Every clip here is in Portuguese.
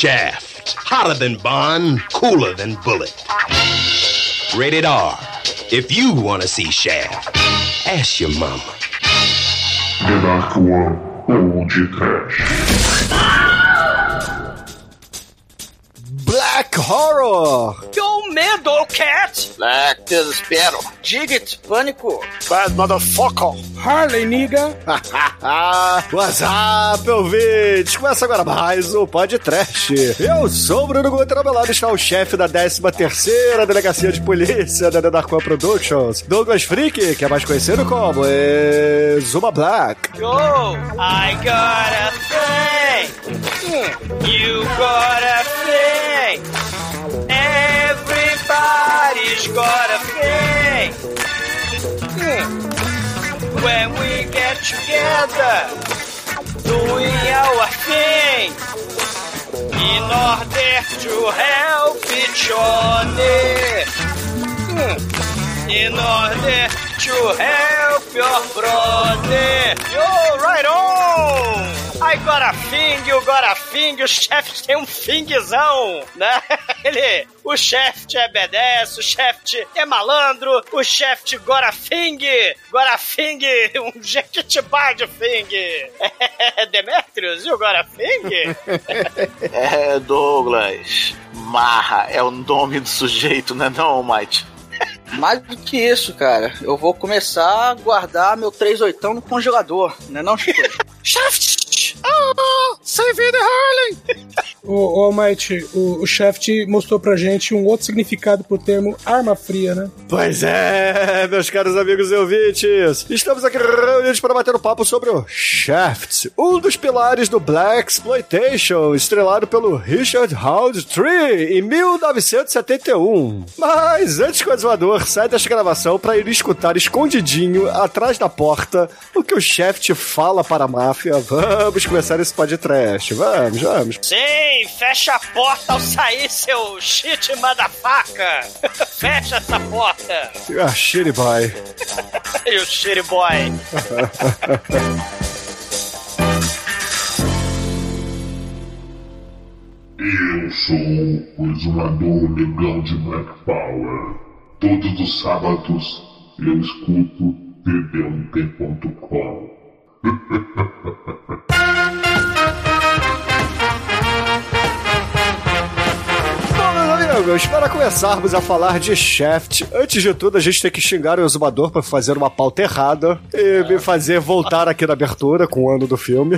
Shaft. Hotter than Bond, cooler than Bullet. Rated R. If you want to see Shaft, ask your mama. The Dark One ou de Trash. Black Horror! Yo, medo, cat! Black, desespero. Digit, pânico. Bad motherfucker. Harley, nigga. What's up, ouvintes? Começa agora mais um podcast. Eu sou o Bruno Guter, ao meu lado está o chefe da 13ª Delegacia de Polícia da The Dark One Productions, Douglas Freak, que é mais conhecido como Zuma Black. Yo, I got a thing. You got a thing. Everybody's got a thing. When we get together, doing our thing, in order to help each other, in order to help your brother. Yo, right on! I got a thing, you got a thing, o chefe tem um thingzão, né? O chefe é B10, o chefe é malandro, o chefe got a thing, um jequitibá de thing. Demetrius, you got a thing? Douglas, Marra é o nome do sujeito, né não, Mike? Mais do que isso, cara, eu vou começar a guardar meu 3/8 no congelador, né não, Chico? Shaft! Save the Harley! Ô, Might, o Shaft mostrou pra gente um outro significado pro termo arma fria, né? Pois é, meus caros amigos e ouvintes, estamos aqui reunidos para bater um papo sobre o Shaft, um dos pilares do Black Exploitation, estrelado pelo Richard Roundtree em 1971. Mas antes que o exumador saia desta gravação para ir escutar escondidinho atrás da porta o que o Shaft fala para a máfia, vamos começar esse podcast. Vamos. Sim, fecha a porta ao sair, seu shit motherfucker. Fecha essa porta. Ah, shitty boy. E o shitty boy. Eu sou o exumador negão de Black Power. Todos os sábados eu escuto td1p.com. Amigos, para começarmos a falar de Shaft, antes de tudo a gente tem que xingar o exumador para fazer uma pauta errada e me fazer voltar aqui na abertura com o ano do filme.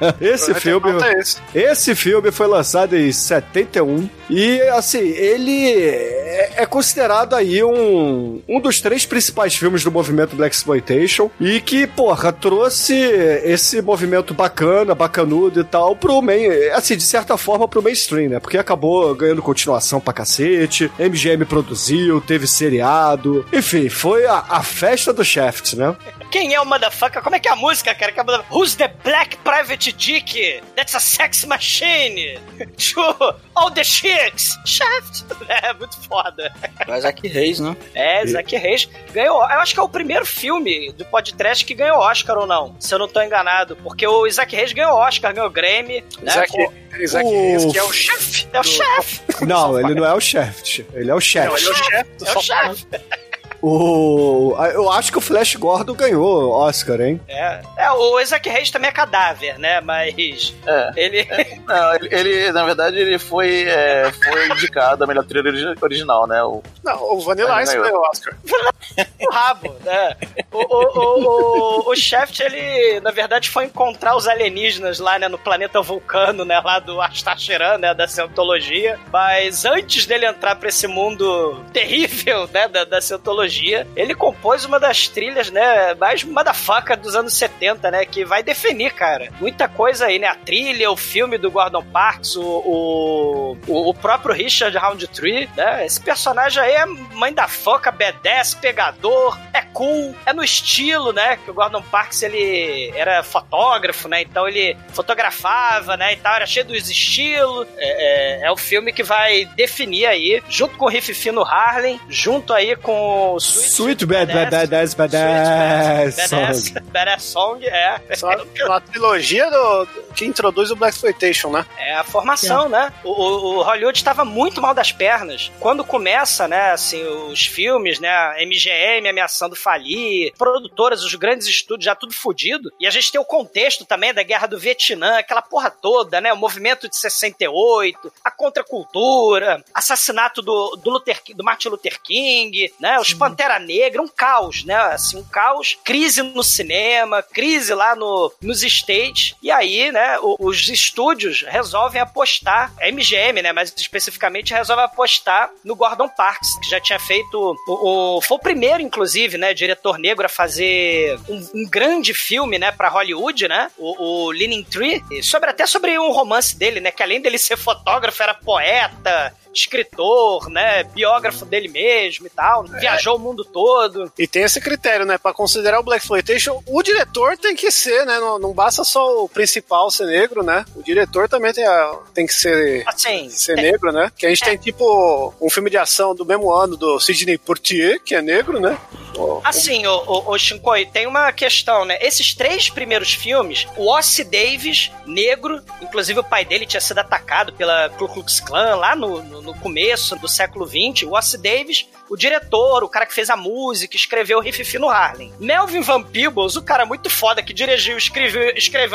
Esse filme foi lançado em 71 e, assim, ele é considerado aí um dos 3 principais filmes do movimento Black Exploitation e que, porra, trouxe esse movimento bacanudo e tal pro assim, de certa forma pro mainstream, né? Porque acabou ganhando continuação pra cacete, MGM produziu, teve seriado, enfim, foi a festa do Shaft, né? Quem é o motherfucker? Como é que é a música, cara? Who's the black private dick? That's a sex machine. To all the chicks. Shaft. É muito foda. É Isaac Reis, né? É, Isaac Reis ganhou. Eu acho que é o primeiro filme do podcast que ganhou Oscar ou não, se eu não tô enganado. Porque o Isaac Reis ganhou Oscar, ganhou Grammy. Isaac Reis, que é o chefe. É o chefe. Não, ele não é o Shaft. Ele é o chefe. Não, ele é o chefe. É o chefe. Eu acho que o Flash Gordon ganhou Oscar, hein? O Isaac Reis também é cadáver, né? Mas ele... Ele, na verdade, ele foi indicado a melhor trilha original, né? O Vanilla Ice ganhou o Oscar. O rabo, né? O Shaft, ele, na verdade, foi encontrar os alienígenas lá, né? No planeta Vulcano, né? Lá do Astacheran, né? Da Cientologia. Mas antes dele entrar pra esse mundo terrível, né? Da Cientologia, ele compôs uma das trilhas, né, mais motherfucker dos anos 70, né, que vai definir, cara, muita coisa aí, né, a trilha, o filme do Gordon Parks, o próprio Richard Roundtree, né, esse personagem aí é mãe da foca, B10, investigador, é cool, é no estilo, né? Que o Gordon Parks, ele era fotógrafo, né? Então ele fotografava, né? E tal, era cheio dos estilos. É o filme que vai definir aí, junto com o Riff Fino Harlem, junto aí com o Sweet Badass Song, Só uma trilogia que introduz o Blaxploitation, né? É a formação, né? O Hollywood estava muito mal das pernas. Quando começa, né, assim, os filmes, né, a MGM ameaçando falir, produtoras, os grandes estúdios já tudo fodido, e a gente tem o contexto também da Guerra do Vietnã, aquela porra toda, né, o movimento de 68, a contracultura, assassinato do Martin Luther King, né, os Pantera Negra, um caos, né, assim, um caos, crise no cinema, crise lá nos States, e aí, né, os estúdios resolvem apostar, a MGM, né, mas especificamente resolve apostar no Gordon Parks, que já tinha feito foi o primeiro, inclusive, né, diretor negro a fazer um grande filme, né, pra Hollywood, né, o Leaning Tree, até sobre um romance dele, né, que além dele ser fotógrafo, era poeta, escritor, né, biógrafo dele mesmo e tal, viajou o mundo todo. E tem esse critério, né, pra considerar o Blaxploitation, o diretor tem que ser, né, não basta só o principal ser negro, né, o diretor também tem que ser, assim, ser negro, né, que a gente tem tipo um filme de ação do mesmo ano do Sidney Poitier, que é negro, né. Assim, o Shinkoi, tem uma questão, né, esses 3 primeiros filmes, o Ossie Davis, negro, inclusive o pai dele tinha sido atacado pela Ku Klux Klan lá no começo do século XX, o Ossie Davis, o diretor, o cara que fez a música, escreveu o Riff Fino Harlem. Melvin Van Peebles, o cara muito foda que dirigiu, escreveu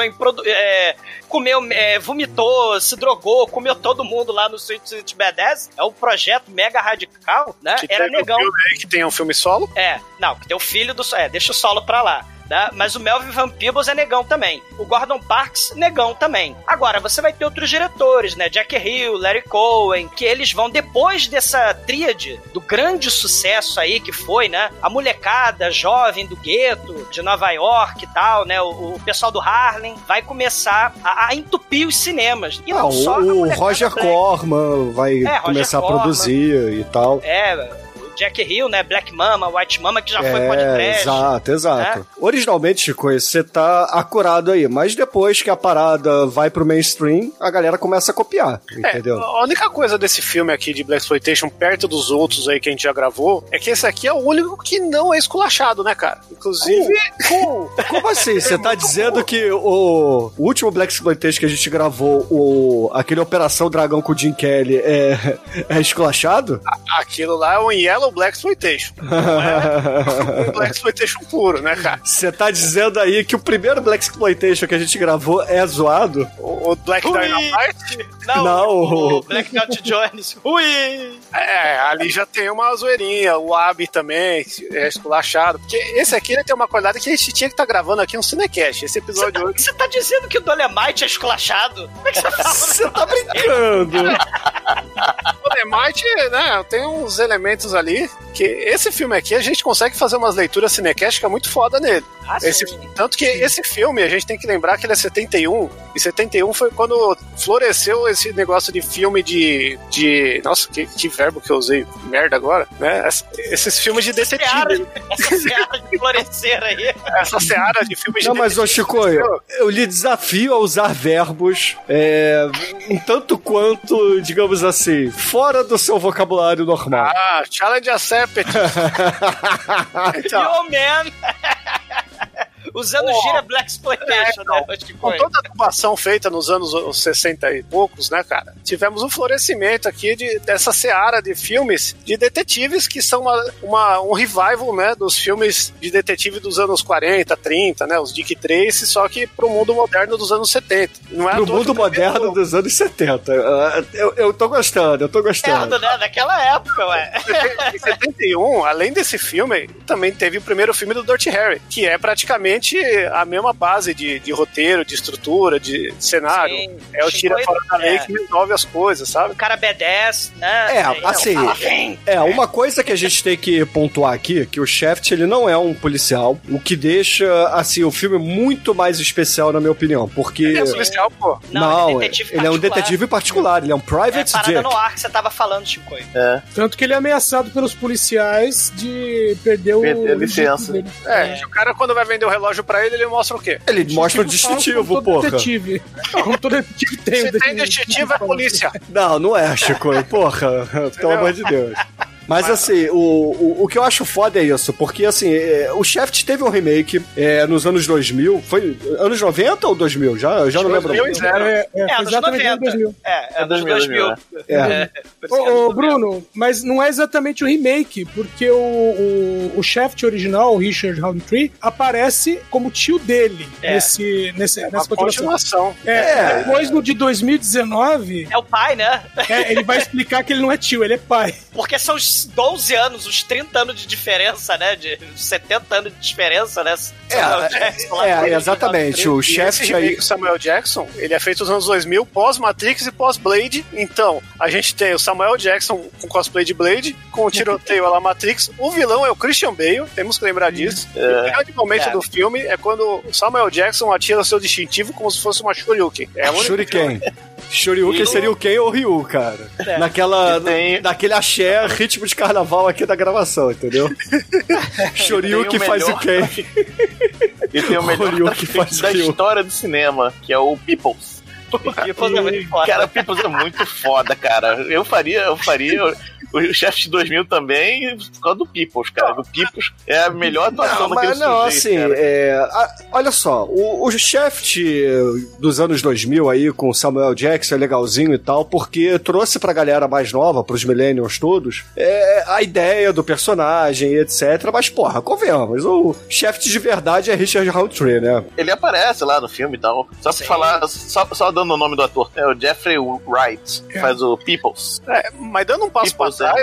comeu, vomitou, se drogou, comeu todo mundo lá no Sweet Badass, é um projeto mega radical, né? Que era negão. Que tem um filme solo? Não, que tem o filho do... deixa o solo pra lá. Né? Mas o Melvin Van Peebles é negão também. O Gordon Parks, negão também. Agora, você vai ter outros diretores, né? Jack Hill, Larry Cohen, que eles vão, depois dessa tríade, do grande sucesso aí que foi, né? A molecada jovem do gueto, de Nova York e tal, né? O pessoal do Harlem vai começar a entupir os cinemas. E não só o Roger Corman vai começar a produzir e tal. Jack Hill, né? Black Mama, White Mama, que já foi podcast. Exato. Né? Originalmente, Chico, você tá acurado aí, mas depois que a parada vai pro mainstream, a galera começa a copiar, entendeu? A única coisa desse filme aqui de Blaxploitation, perto dos outros aí que a gente já gravou, é que esse aqui é o único que não é esculachado, né, cara? Inclusive... Como assim? Você tá dizendo que o último Blaxploitation que a gente gravou, aquele Operação Dragão com o Jim Kelly, é esculachado? Aquilo lá é um Yellow Blaxploitation. Não é um Blaxploitation puro, né, cara? Você tá dizendo aí que o primeiro Blaxploitation que a gente gravou é zoado? O Black Dynamite? Não, o Black Dot Jones. Ui! Ali já tem uma zoeirinha. O Abby também é esculachado. Porque esse aqui ele tem uma qualidade que a gente tinha que estar gravando aqui um Cinecast. Esse episódio hoje. Você tá dizendo que o Dolemite é esculachado? Como é que você fala? Você tá brincando? O Dolemite, né, tem uns elementos ali que esse filme aqui a gente consegue fazer umas leituras cinecásticas muito foda nele. Tanto que esse filme, a gente tem que lembrar que ele é 71, e 71 foi quando floresceu esse negócio de filme de nossa, que verbo que eu usei, merda agora, né? Esses filmes de detetive. Essa seara de florescer aí. Essa seara de filmes de detetive. Não, mas, ô Chico, eu lhe desafio a usar verbos um tanto quanto, digamos assim, fora do seu vocabulário normal. Challenge accepted. Então. Yo, man! Usando gíria Blaxploitation, né? Com toda a atuação feita nos anos 60 e poucos, né, cara? Tivemos um florescimento aqui dessa seara de filmes de detetives que são um revival, né, dos filmes de detetive dos anos 40, 30, né? Os Dick Tracy, só que pro mundo moderno dos anos 70. Não é pro mundo moderno dos anos 70. Eu tô gostando. Né? Daquela época, ué. Em 71, além desse filme, também teve o primeiro filme do Dirty Harry, que é praticamente praticamente a mesma base de roteiro, de estrutura, de cenário. Sim, é o tira fora da lei que resolve as coisas, sabe? O cara B10, né? Uma coisa que a gente tem que pontuar aqui, que o Shaft, ele não é um policial, o que deixa, assim, o filme muito mais especial, na minha opinião, porque... Ele é policial, pô. Não, ele é um detetive particular, ele é um private parada dick. no ar que você tava falando, Chico. Tanto que ele é ameaçado pelos policiais de perder o licença. dele. O cara, quando vai vender o relógio pra ele mostra o quê? Ele mostra o distintivo, porra. Detetive. Como todo detetive tem. Se tem distintivo, é polícia. Não é, Chico. Porra, pelo amor de Deus. Mas assim, o que eu acho foda é isso, porque assim, o Shaft teve um remake nos anos 2000, foi anos 90 ou 2000? Já não lembro. Anos 90. 2000. Anos 2000. Ô, Bruno, mas não é exatamente o remake, porque o Shaft original, o Richard Roundtree, aparece como tio dele nessa continuação. Depois no de 2019... É o pai, né? Ele vai explicar que ele não é tio, ele é pai. Porque são os 12 anos, os 30 anos de diferença, né? De 70 anos de diferença, né? Exatamente. O Shaft aí... O Samuel Jackson, ele é feito nos anos 2000, pós-Matrix e pós-Blade. Então, a gente tem o Samuel Jackson com cosplay de Blade, com o tiroteio à la Matrix. O vilão é o Christian Bale, temos que lembrar disso. O grande momento do filme é quando o Samuel Jackson atira o seu distintivo como se fosse uma Shoryuken. Shuriken. Shoryuken seria o Ken ou o Ryu, cara. Naquele axé, ritmo de carnaval aqui da gravação, entendeu? Shoryuken faz o Ken. E tem o melhor traficante da história do cinema, que é o Peoples. Peoples é muito foda. Cara, o Peoples é muito foda, cara. Eu faria o Shaft 2000 também por causa do Peoples, cara. O Peoples é a melhor atuação daquele sujeito, assim, olha só, o Shaft dos anos 2000 aí, com o Samuel Jackson, é legalzinho e tal, porque trouxe pra galera mais nova, pros millennials todos, a ideia do personagem, etc. Mas, porra, convenhamos, o Shaft de verdade é Richard Roundtree, né? Ele aparece lá no filme e tal. Só pra falar, só dando o nome do ator, é o Jeffrey Wright, que faz o Peoples. Mas dando um passo pra trás,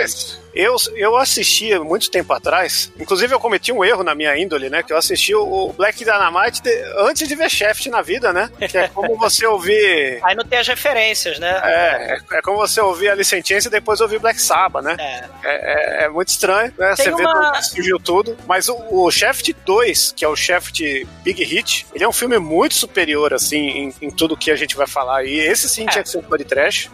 eu assisti muito tempo atrás, inclusive eu cometi um erro na minha índole, né, que eu assisti o Black Dynamite antes de ver Shaft na vida, né, que é como você ouvir... Aí não tem as referências, né? É como você ouvir a Licença e depois ouvir Black Sabbath, né? É muito estranho, né, você vê que surgiu tudo, mas o Shaft 2, que é o Shaft Big Hit, ele é um filme muito superior, assim, em tudo que a gente vai falar, e esse sim tinha que ser um body trash.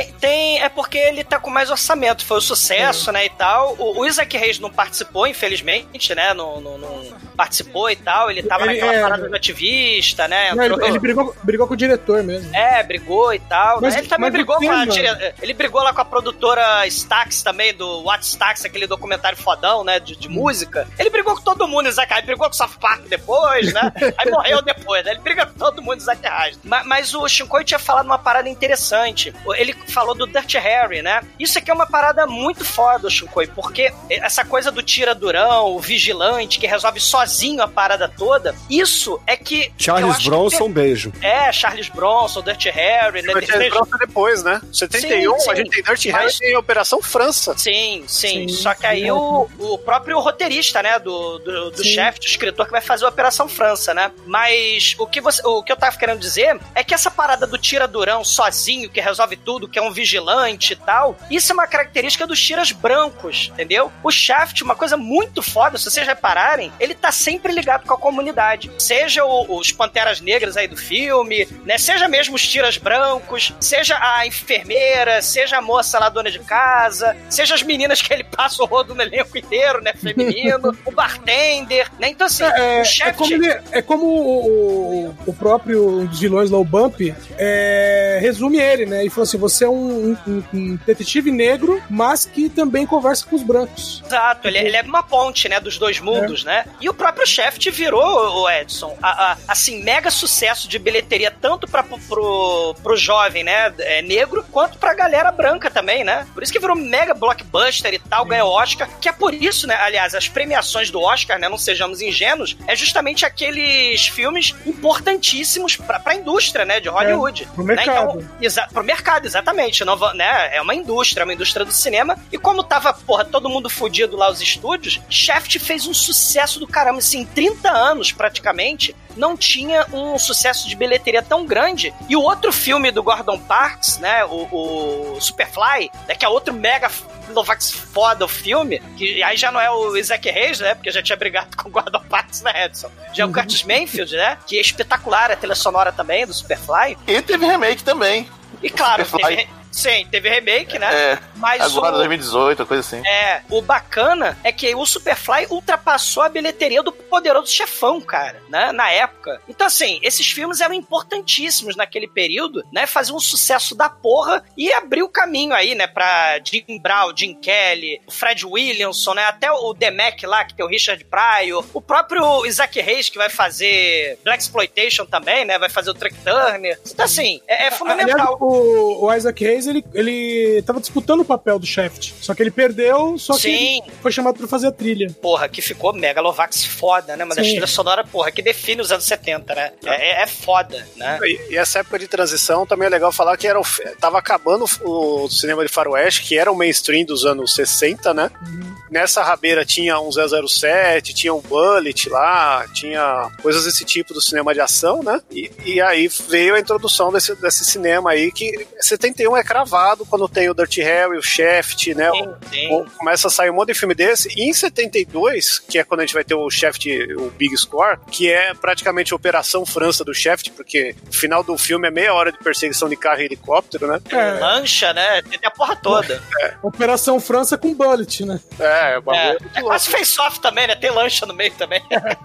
É porque ele tá com mais orçamento, foi o sucesso, né, e tal. O Isaac Hayes não participou, infelizmente, né, não participou e tal, ele tava naquela parada do ativista, né. Ele brigou com o diretor mesmo. Brigou e tal, mas, né? Ele também brigou ele brigou lá com a produtora Stax também, do What Stax, aquele documentário fodão, né, de música. Ele brigou com todo mundo, Isaac Hayes, brigou com o South Park depois, né, aí morreu depois, né, ele briga com todo mundo, Isaac Hayes. Mas o Shinkoi tinha falado uma parada interessante, ele falou do Dirty Harry, né, isso aqui é uma parada muito foda, Shinkoi, porque essa coisa do tira-durão, o vigilante que resolve sozinho a parada toda, isso é que... Charles Bronson, beijo. Charles Bronson, Dirty Harry, né? Charles Bronson depois, né? 71, sim. A gente tem Dirty Harry em Operação França. Sim. Só que aí o próprio roteirista, né, do Shaft, o escritor que vai fazer a Operação França, né? Mas o que eu tava querendo dizer é que essa parada do tira-durão sozinho, que resolve tudo, que é um vigilante e tal, isso é uma característica dos tiras brancos, entendeu? O Shaft, uma coisa muito foda, se vocês repararem, ele tá sempre ligado com a comunidade. Seja os Panteras Negras aí do filme, né? Seja mesmo os tiras brancos, seja a enfermeira, seja a moça lá, dona de casa, seja as meninas que ele passa o rodo no elenco inteiro, né? Feminino, o bartender, né? Então, assim, o Shaft... É como o próprio um dos vilões lá, o Bump, resume ele, né? E falou assim, você é um detetive negro, mas que também conversa com os brancos. Exato, ele é uma ponte, né, dos dois mundos, né? E o próprio Shaft virou, o Edson, assim, mega sucesso de bilheteria, tanto pro jovem, né, negro, quanto pra galera branca também, né? Por isso que virou mega blockbuster e tal, ganhou Oscar, que é por isso, né, aliás, as premiações do Oscar, né, não sejamos ingênuos, é justamente aqueles filmes importantíssimos importantíssimos pra indústria, né, de Hollywood. Pro mercado. Né? Então, pro mercado, exatamente. Não, né, é uma indústria do cinema. E como tava, todo mundo fudido lá, os estúdios, Shaft fez um sucesso do caramba. Assim, em 30 anos, praticamente, não tinha um sucesso de bilheteria tão grande. E o outro filme do Gordon Parks, né, o Superfly, né, que é outro mega Novax foda o filme, que aí já não é o Isaac Hayes, né, porque já tinha brigado com o Gordon Parks, né, Edson? Já é o Curtis Mayfield, né, que é espetacular, a trilha sonora também do Superfly. E teve remake também. E claro, teve remake, né? Mas agora 2018, coisa assim. O bacana é que o Superfly ultrapassou a bilheteria do Poderoso Chefão, cara, né? Na época. Então, assim, esses filmes eram importantíssimos naquele período, né? Faziam um sucesso da porra e abriu o caminho aí, né? Pra Jim Brown, Jim Kelly, o Fred Williamson, né? Até o The Mac lá, que tem o Richard Pryor, o próprio Isaac Hayes, que vai fazer Blaxploitation também, né? Vai fazer o Truck Turner. Então, assim, é fundamental. Aliás, o Isaac Hayes, ele tava disputando o papel do Shaft. Só que ele perdeu, só que ele foi chamado pra fazer a trilha. Porra, que ficou Megalovax foda, né? Uma das trilhas sonoras, porra, que define os anos 70, né? É foda, né? E essa época de transição também é legal falar que tava acabando o cinema de faroeste, que era o mainstream dos anos 60, né? Nessa rabeira tinha um 007, tinha um Bullet lá, tinha coisas desse tipo do cinema de ação, né? E aí veio a introdução desse cinema aí, que 71 é cravado quando tem o Dirty Harry, o Shaft, né? Começa a sair um monte de filme desse. E em 72, que é quando a gente vai ter o Shaft, o Big Score, que é praticamente a Operação França do Shaft, porque o final do filme é meia hora de perseguição de carro e helicóptero, né? Lancha, né? Tem a porra toda. Operação França com Bullet, né? Quase face-off também, né? Tem lancha no meio também.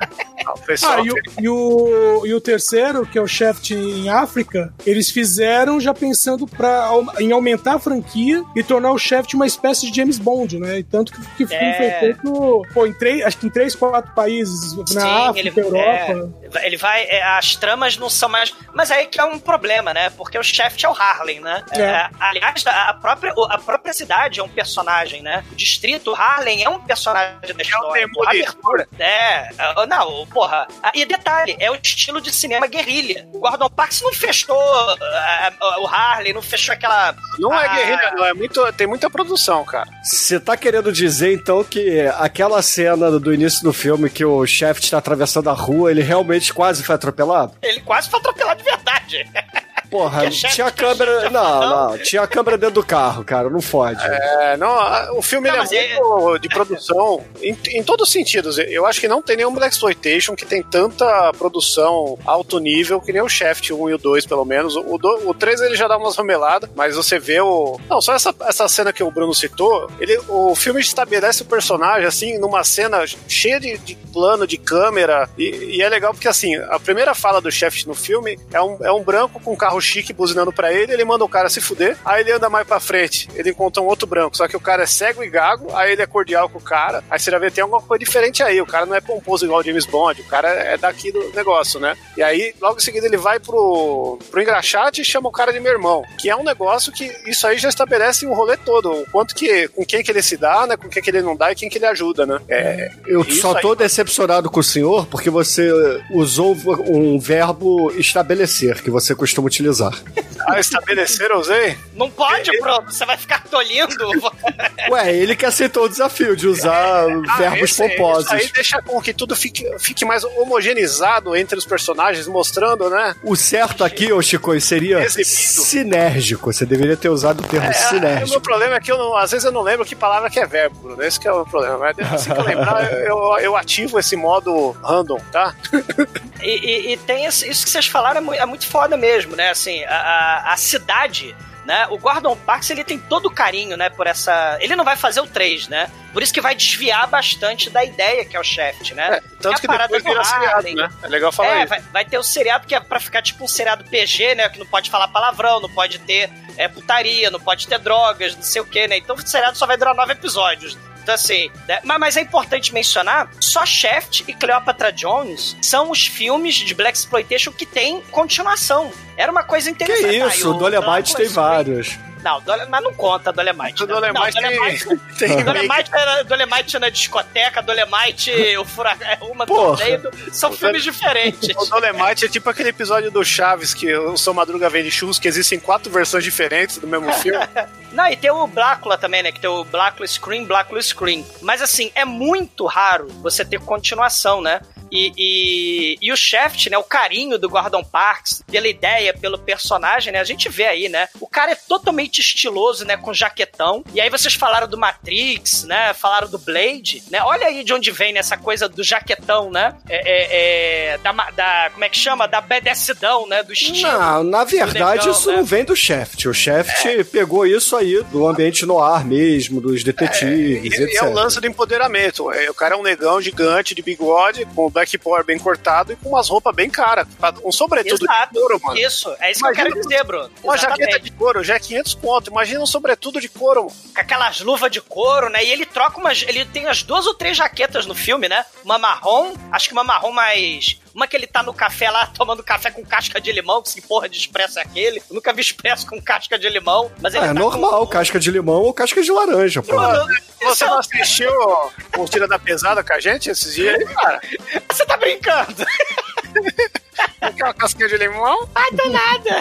E o terceiro, que é o Shaft em África, eles fizeram já pensando em aumentar a franquia e tornar o Shaft uma espécie de James Bond, né? E tanto que o filme foi feito, acho que em 3, 4 países, na África, Europa. Ele vai... as tramas não são mais... Mas aí que é um problema, né? Porque o Shaft é o Harlem, né? Aliás, a própria cidade é um personagem, né? O distrito, o Harlem, é um personagem da história. Porra, abertura. Não, porra. E detalhe, é o estilo de cinema guerrilha. O Gordon Parks não fechou o Harley, não fechou aquela... Não é guerrilha, não. Tem muita produção, cara. Você tá querendo dizer, então, que aquela cena do início do filme que o Shaft tá atravessando a rua, ele realmente quase foi atropelado? Ele quase foi atropelado de verdade. Porra, tinha a câmera... Não, tinha a câmera dentro do carro, cara, não fode. O filme ele é muito de produção em todos os sentidos. Eu acho que não tem nenhum Blaxploitation que tem tanta produção alto nível que nem o Shaft 1 e o 2, pelo menos. O 3 ele já dá umas rameladas, mas você vê Não, só essa cena que o Bruno citou, o filme estabelece o personagem, assim, numa cena cheia de plano, de câmera, e é legal porque, assim, a primeira fala do Shaft no filme é um branco com um carro chique buzinando pra ele manda o cara se fuder, aí ele anda mais pra frente, ele encontra um outro branco, só que o cara é cego e gago, aí ele é cordial com o cara, aí você já vê, tem alguma coisa diferente aí, o cara não é pomposo igual o James Bond, o cara é daqui do negócio, né? E aí, logo em seguida, ele vai pro engraxate e chama o cara de meu irmão, que é um negócio que isso aí já estabelece o rolê todo, o quanto que, com quem que ele se dá, né, com quem que ele não dá e quem que ele ajuda, né? Eu só tô decepcionado com o senhor porque você usou um verbo estabelecer, que você costuma utilizar. Estabelecer eu usei? Não pode, Bruno, você vai ficar tolindo. Ué, ele que aceitou o desafio de usar verbos pomposos. Isso aí deixa com que tudo fique mais homogeneizado entre os personagens, mostrando, né? O certo aqui, ô Chico, seria sinérgico. Você deveria ter usado o termo sinérgico. O meu problema é que às vezes eu não lembro que palavra que é verbo, Bruno. Esse que é o problema. Mas assim que eu lembrar, eu ativo esse modo random, tá? E tem isso que vocês falaram é muito foda mesmo, né? Assim, a cidade, né? O Gordon Parks, ele tem todo o carinho, né, por essa... Ele não vai fazer o 3, né? Por isso que vai desviar bastante da ideia que é o Shaft, né? Tanto que depois vira seriado, né? É legal falar isso. Vai ter o seriado que é pra ficar tipo um seriado PG, né? Que não pode falar palavrão, não pode ter putaria, não pode ter drogas, não sei o que, né? Então o seriado só vai durar 9 episódios. Então, assim, né? Mas é importante mencionar, só Shaft e Cleopatra Jones são os filmes de Blaxploitation que tem continuação. Era uma coisa interessante. Que isso, o Dolemite tem vários. Não, mas não conta Dolemite. Dolemite Dolemite na discoteca, Dolemite, o Furacão, uma torneio, são filmes diferentes. O Dolemite é tipo aquele episódio do Chaves que o Seu Madruga vende churros, que existem 4 versões diferentes do mesmo filme. Não, e tem o Blácula também, né? Que tem o Blácula Scream. Mas assim, é muito raro você ter continuação, né? E o Shaft, né? O carinho do Gordon Parks, pela ideia, pelo personagem, né? A gente vê aí, né? O cara é totalmente estiloso, né? Com jaquetão. E aí vocês falaram do Matrix, né? Falaram do Blade, né? Olha aí de onde vem essa coisa do jaquetão, né? Como é que chama? Da bedecidão, né? Do estilo. Não, na verdade negão, isso, né? Não vem do Shaft. O Shaft pegou isso aí do ambiente noir mesmo, dos detetives, etc. E é o lance do empoderamento. O cara é um negão gigante de bigode, com o Black Power bem cortado e com umas roupas bem caras. Um sobretudo de couro, mano. Isso, é isso que eu quero dizer, Bruno. Uma jaqueta de couro já é 500 conto. Imagina um sobretudo de couro, mano. Com aquelas luvas de couro, né? E ele troca ele tem as 2 ou 3 jaquetas no filme, né? Uma marrom, acho que uma marrom mais... Uma que ele tá no café lá, tomando café com casca de limão, que se porra de expresso é aquele. Eu nunca vi expresso com casca de limão. Mas ele tá normal, casca de limão ou casca de laranja, pô. Você não assistiu o Tira da Pesada com a gente esses dias aí, cara? Você tá brincando? Aquela casquinha de limão? Ai, do nada.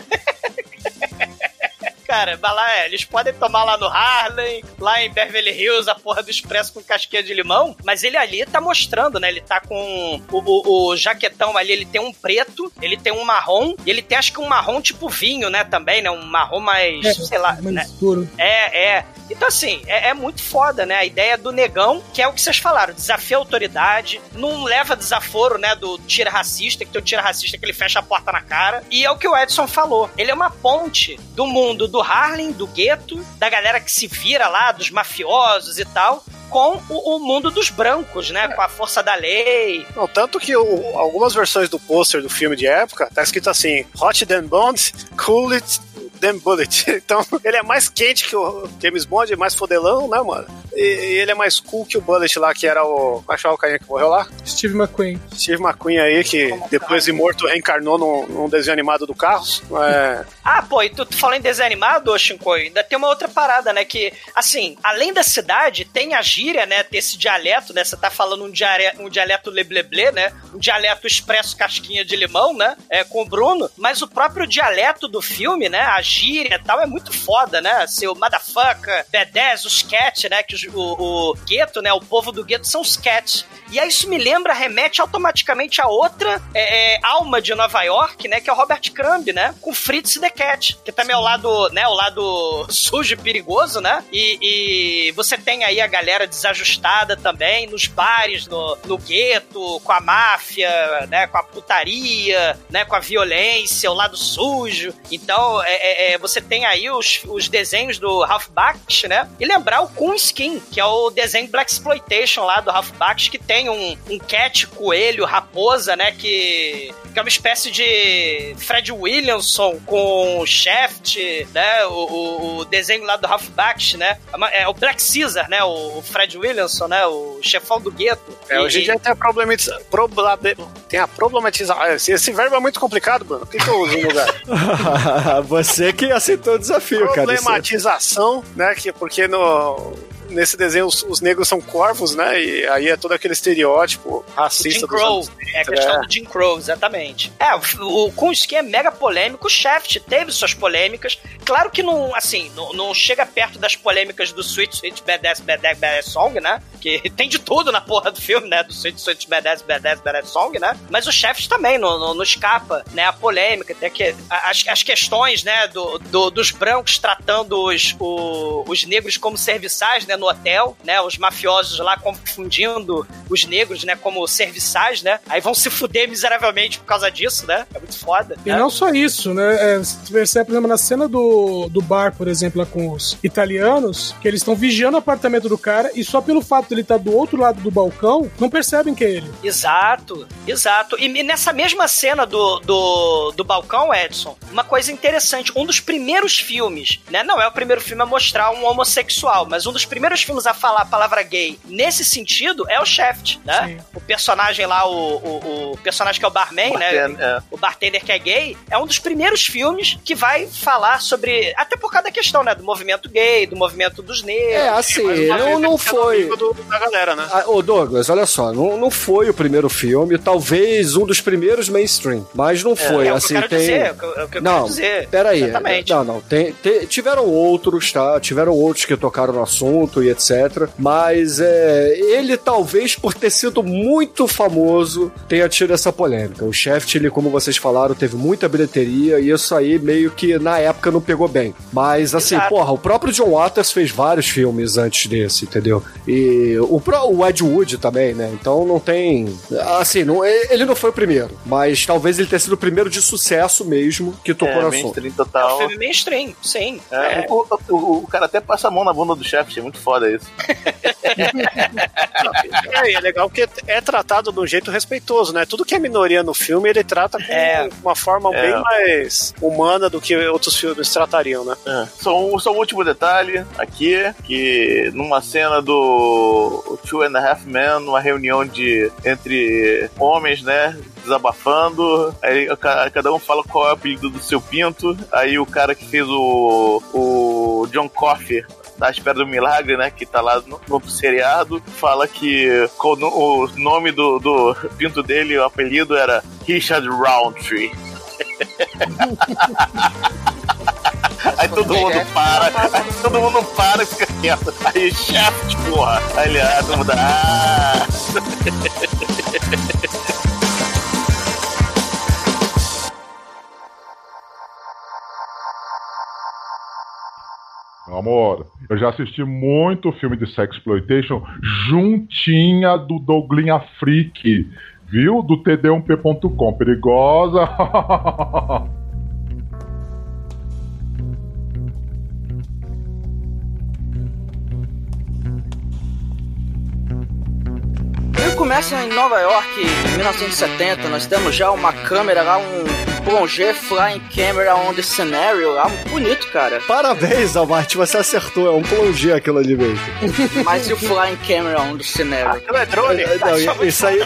Cara, mas lá eles podem tomar lá no Harlem, lá em Beverly Hills, a porra do expresso com casquinha de limão, mas ele ali tá mostrando, né? Ele tá com o jaquetão ali, ele tem um preto, ele tem um marrom, e ele tem acho que um marrom tipo vinho, né? Também, né? Um marrom mais, sei lá, mais né? escuro. Então, assim, é muito foda, né? A ideia do negão, que é o que vocês falaram, desafia a autoridade, não leva desaforo, né? Do tira racista, que tem o tira racista que ele fecha a porta na cara, e é o que o Edson falou. Ele é uma ponte do mundo do Harlem, do gueto, da galera que se vira lá, dos mafiosos e tal, com o mundo dos brancos, né? Com a força da lei. Não, tanto que algumas versões do pôster do filme de época, tá escrito assim, Hot than Bond, Cool it than Bullet. Então, ele é mais quente que o James Bond, mais fodelão, né, mano? E ele é mais cool que o Bullet lá, que era o... Qual é o carinha que morreu lá? Steve McQueen. Steve McQueen aí, que depois de morto reencarnou num desenho animado do Carros. Pô, e tu falou em desenho animado, Shinkoi, ainda tem uma outra parada, né? Que, assim, além da cidade, tem a gíria, né? Tem esse dialeto, né? Você tá falando um dialeto lebleble, né? Um dialeto expresso casquinha de limão, né? Com o Bruno. Mas o próprio dialeto do filme, né? A gíria e tal é muito foda, né? Assim, o motherfucker, B10, os cat, né? Que o gueto, né? O povo do gueto são os cat. E aí isso me remete automaticamente a outra alma de Nova York, né? Que é o Robert Crumb, né? Com Fritz the Cat, que também é o lado, né? O lado sujo e perigoso, né? E você tem aí a galera desajustada também, nos bares, no gueto, com a máfia, né? Com a putaria, né? Com a violência, o lado sujo. Então, você tem aí os desenhos do Ralph Baksh, né? E lembrar o Coonskin, que é o desenho Blaxploitation lá do Ralph Baksh, que tem um cat, coelho, raposa, né? Que é uma espécie de Fred Williamson com Shaft, né? O desenho lá do Ralph Baksh, né? É o Black Caesar, né? O Fred Williamson, né? O chefão do gueto. Hoje em dia tem a problematização. Esse verbo é muito complicado, Bruno. O que eu uso no lugar? Você que aceitou o desafio, cara. Problematização, né? Porque nesse desenho os negros são corvos, né? E aí é todo aquele estereótipo racista. Jim Crow. É a questão do Jim Crow, exatamente. O Coonskin é mega polêmico. O Shaft teve suas polêmicas. Claro que não chega perto das polêmicas do Sweet Sweet Badass Song, né? Que tem de tudo na porra do filme, né? Do Sweet Sweet Badass Song, né? Mas o Shaft também não escapa, né? A polêmica, até que as questões, né? Dos brancos tratando os negros como serviçais, né? No hotel, né? Os mafiosos lá confundindo os negros, né? Como serviçais, né? Aí vão se fuder miseravelmente por causa disso, né? É muito foda. E né? não só isso, né? Você percebe, por exemplo, na cena do bar, por exemplo, lá com os italianos, que eles estão vigiando o apartamento do cara e só pelo fato de ele estar do outro lado do balcão, não percebem que é ele. Exato. E nessa mesma cena do balcão, Edson, uma coisa interessante, um dos primeiros filmes, né? Não é o primeiro filme a mostrar um homossexual, mas um dos primeiros primeiros filmes a falar a palavra gay nesse sentido é o Shaft, né? Sim. O personagem lá, o personagem que é o barman, né? O bartender que é gay, é um dos primeiros filmes que vai falar sobre, até por causa da questão, né? Do movimento gay, do movimento dos negros. Assim, não foi... Da galera, né? Ô Douglas, olha só, não foi o primeiro filme, talvez um dos primeiros mainstream, mas não foi, assim, o que eu quero dizer. Peraí. Exatamente. Não, tiveram outros, tá? Tiveram outros que tocaram no assunto e etc, mas ele talvez, por ter sido muito famoso, tenha tido essa polêmica. O Shaft, ele, como vocês falaram, teve muita bilheteria e isso aí meio que na época não pegou bem. Mas assim, o próprio John Waters fez vários filmes antes desse, entendeu? E o Ed Wood também, né? Então não tem... Assim, ele não foi o primeiro, mas talvez ele tenha sido o primeiro de sucesso mesmo que tocou no assunto. Total. É um filme mainstream, sim. O cara até passa a mão na bunda do Shaft, é muito foda isso. É legal porque é tratado de um jeito respeitoso, né? Tudo que é minoria no filme, ele trata com uma forma bem mais humana do que outros filmes tratariam, né? Só um último detalhe aqui, que numa cena do Two and a Half Men, uma reunião entre homens, né? Desabafando, aí cada um fala qual é o apelido do seu pinto, aí o cara que fez o John Coffey à espera do milagre, né, que tá lá no seriado, fala que o nome do pinto dele, o apelido era Richard Roundtree. Aí todo mundo para e fica quieto. Aí Shaft, porra. Aí ele, todo mundo, Meu amor, eu já assisti muito filme de sexploitation juntinha do Douglinha Freak, viu? Do td1p.com. Perigosa. Ele começa em Nova York, em 1970. Nós temos já uma câmera lá, um plongé flying camera on the scenario lá, bonito, cara. Parabéns, Almart, você acertou, é um plongé aquilo ali mesmo. Mas e o flying camera on the scenario? Aquilo é drone? Não,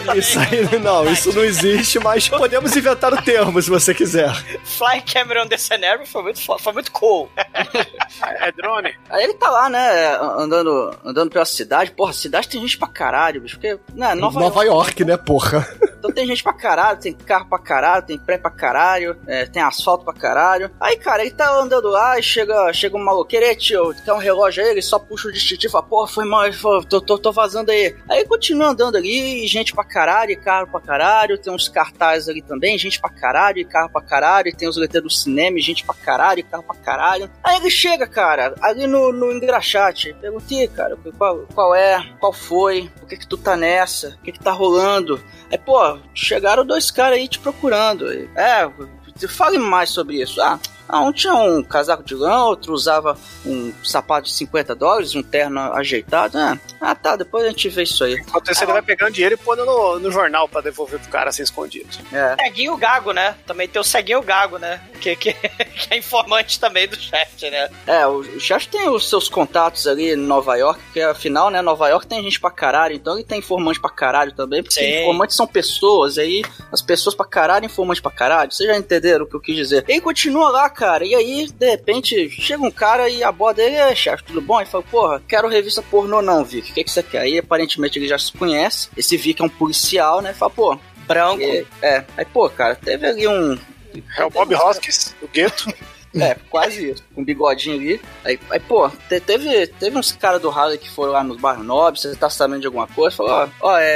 isso não existe, mas podemos inventar o termo se você quiser. Flying camera on the scenario foi muito cool. É drone? Aí ele tá lá, né, andando pela cidade. Porra, cidade tem gente pra caralho, bicho, porque, né, Nova York, né, porra? Então tem gente pra caralho, tem carro pra caralho, tem prédio pra caralho, tem asfalto pra caralho. Aí, cara, ele tá andando lá e chega um maluco, querer, tio, quer um relógio aí, ele só puxa o distintivo e fala, porra, foi mal, tô vazando aí. Aí ele continua andando ali, gente pra caralho, e carro pra caralho, tem uns cartazes ali também, gente pra caralho, e carro pra caralho, e tem os letreiros do cinema, e gente pra caralho, e carro pra caralho. Aí ele chega, cara, ali no engraxate, perguntei, cara, qual foi, por que tu tá nessa, o que tá rolando? Aí, pô, chegaram 2 caras aí te procurando. Fale mais sobre isso. Um tinha um casaco de lã, outro usava um sapato de $50, um terno ajeitado. Tá, depois a gente vê isso aí. Enquanto isso, ele vai pegando dinheiro e pondo no jornal pra devolver pro cara assim escondido. Ceguinho Gago, né? Também tem o Ceguinho Gago, né? Que é informante também do Shaft, né? O Shaft tem os seus contatos ali em Nova York, porque afinal, né, Nova York tem gente pra caralho, então ele tem informante pra caralho também, porque informantes são pessoas, aí as pessoas pra caralho, informante pra caralho. Vocês já entenderam o que eu quis dizer? Ele continua lá, cara, e aí, de repente, chega um cara e aborda ele, Shaft, tudo bom? E fala, porra, quero revista pornô não, Vic, o que você quer? Aí, aparentemente, ele já se conhece, esse Vic é um policial, né? Fala, pô, branco. Aí, pô, cara, teve ali um... É o Bob Hoskins, do gueto. Quase isso. Com um bigodinho ali. Aí pô, teve uns caras do Harley que foram lá no bairro Nobre, você tá sabendo de alguma coisa? Falou,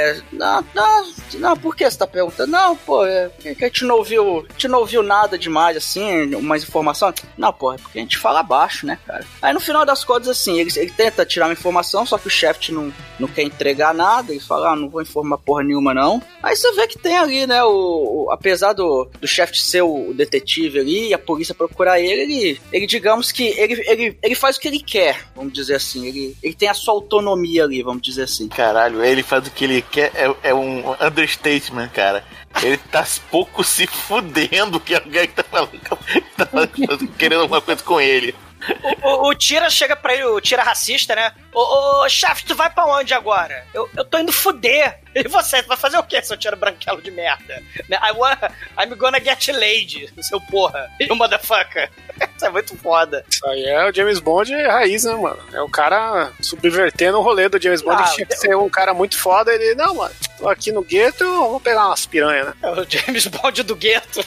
não, por que você tá perguntando? Não, pô, que a gente não ouviu nada demais, assim, umas informações. Não, pô, é porque a gente fala baixo, né, cara? Aí no final das contas, assim, ele tenta tirar uma informação, só que o Shaft não quer entregar nada, ele fala, não vou informar porra nenhuma, não. Aí você vê que tem ali, né, apesar do Shaft ser o detetive ali e a polícia procurar ele digamos que ele faz o que ele quer, vamos dizer assim, ele tem a sua autonomia ali, vamos dizer assim. Caralho, ele faz o que ele quer, é um understatement, cara. Ele tá pouco se fudendo que alguém tá falando, querendo alguma coisa com ele. O Tira chega pra ele, o Tira racista, né? Ô, chefe, tu vai pra onde agora? Eu tô indo fuder. E você vai fazer o quê, seu Tira branquelo de merda? I'm gonna get laid, seu porra. You motherfucker. Isso é muito foda. Isso aí é o James Bond raiz, né, mano? É o cara subvertendo o rolê do James Bond, que tinha que ser um cara muito foda. Ele, não, mano, tô aqui no gueto, vou pegar umas piranhas, né? É o James Bond do gueto.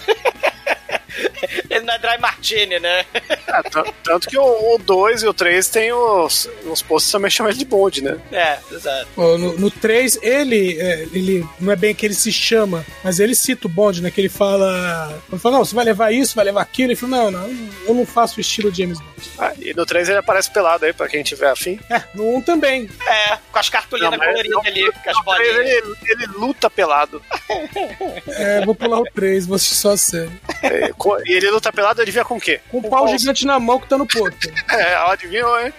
Ele não é Dry Martini, né? Tanto que o 2 e o 3 tem os posts também chamam ele de Bond, né? É, exato. No 3, ele não é bem que ele se chama, mas ele cita o Bond, né? Que ele fala, não, você vai levar isso, vai levar aquilo. Ele fala, não, eu não faço o estilo James Bond. E no 3 ele aparece pelado aí, pra quem tiver afim. No 1 também. Com as cartolinas coloridas ali, com as bolinhas. Ele luta pelado. Vou pular o 3, vou assistir só a série. E ele luta pelado, ele via com o quê? Com um pau gigante na mão que tá no pôster. Ela adivinhou, hein?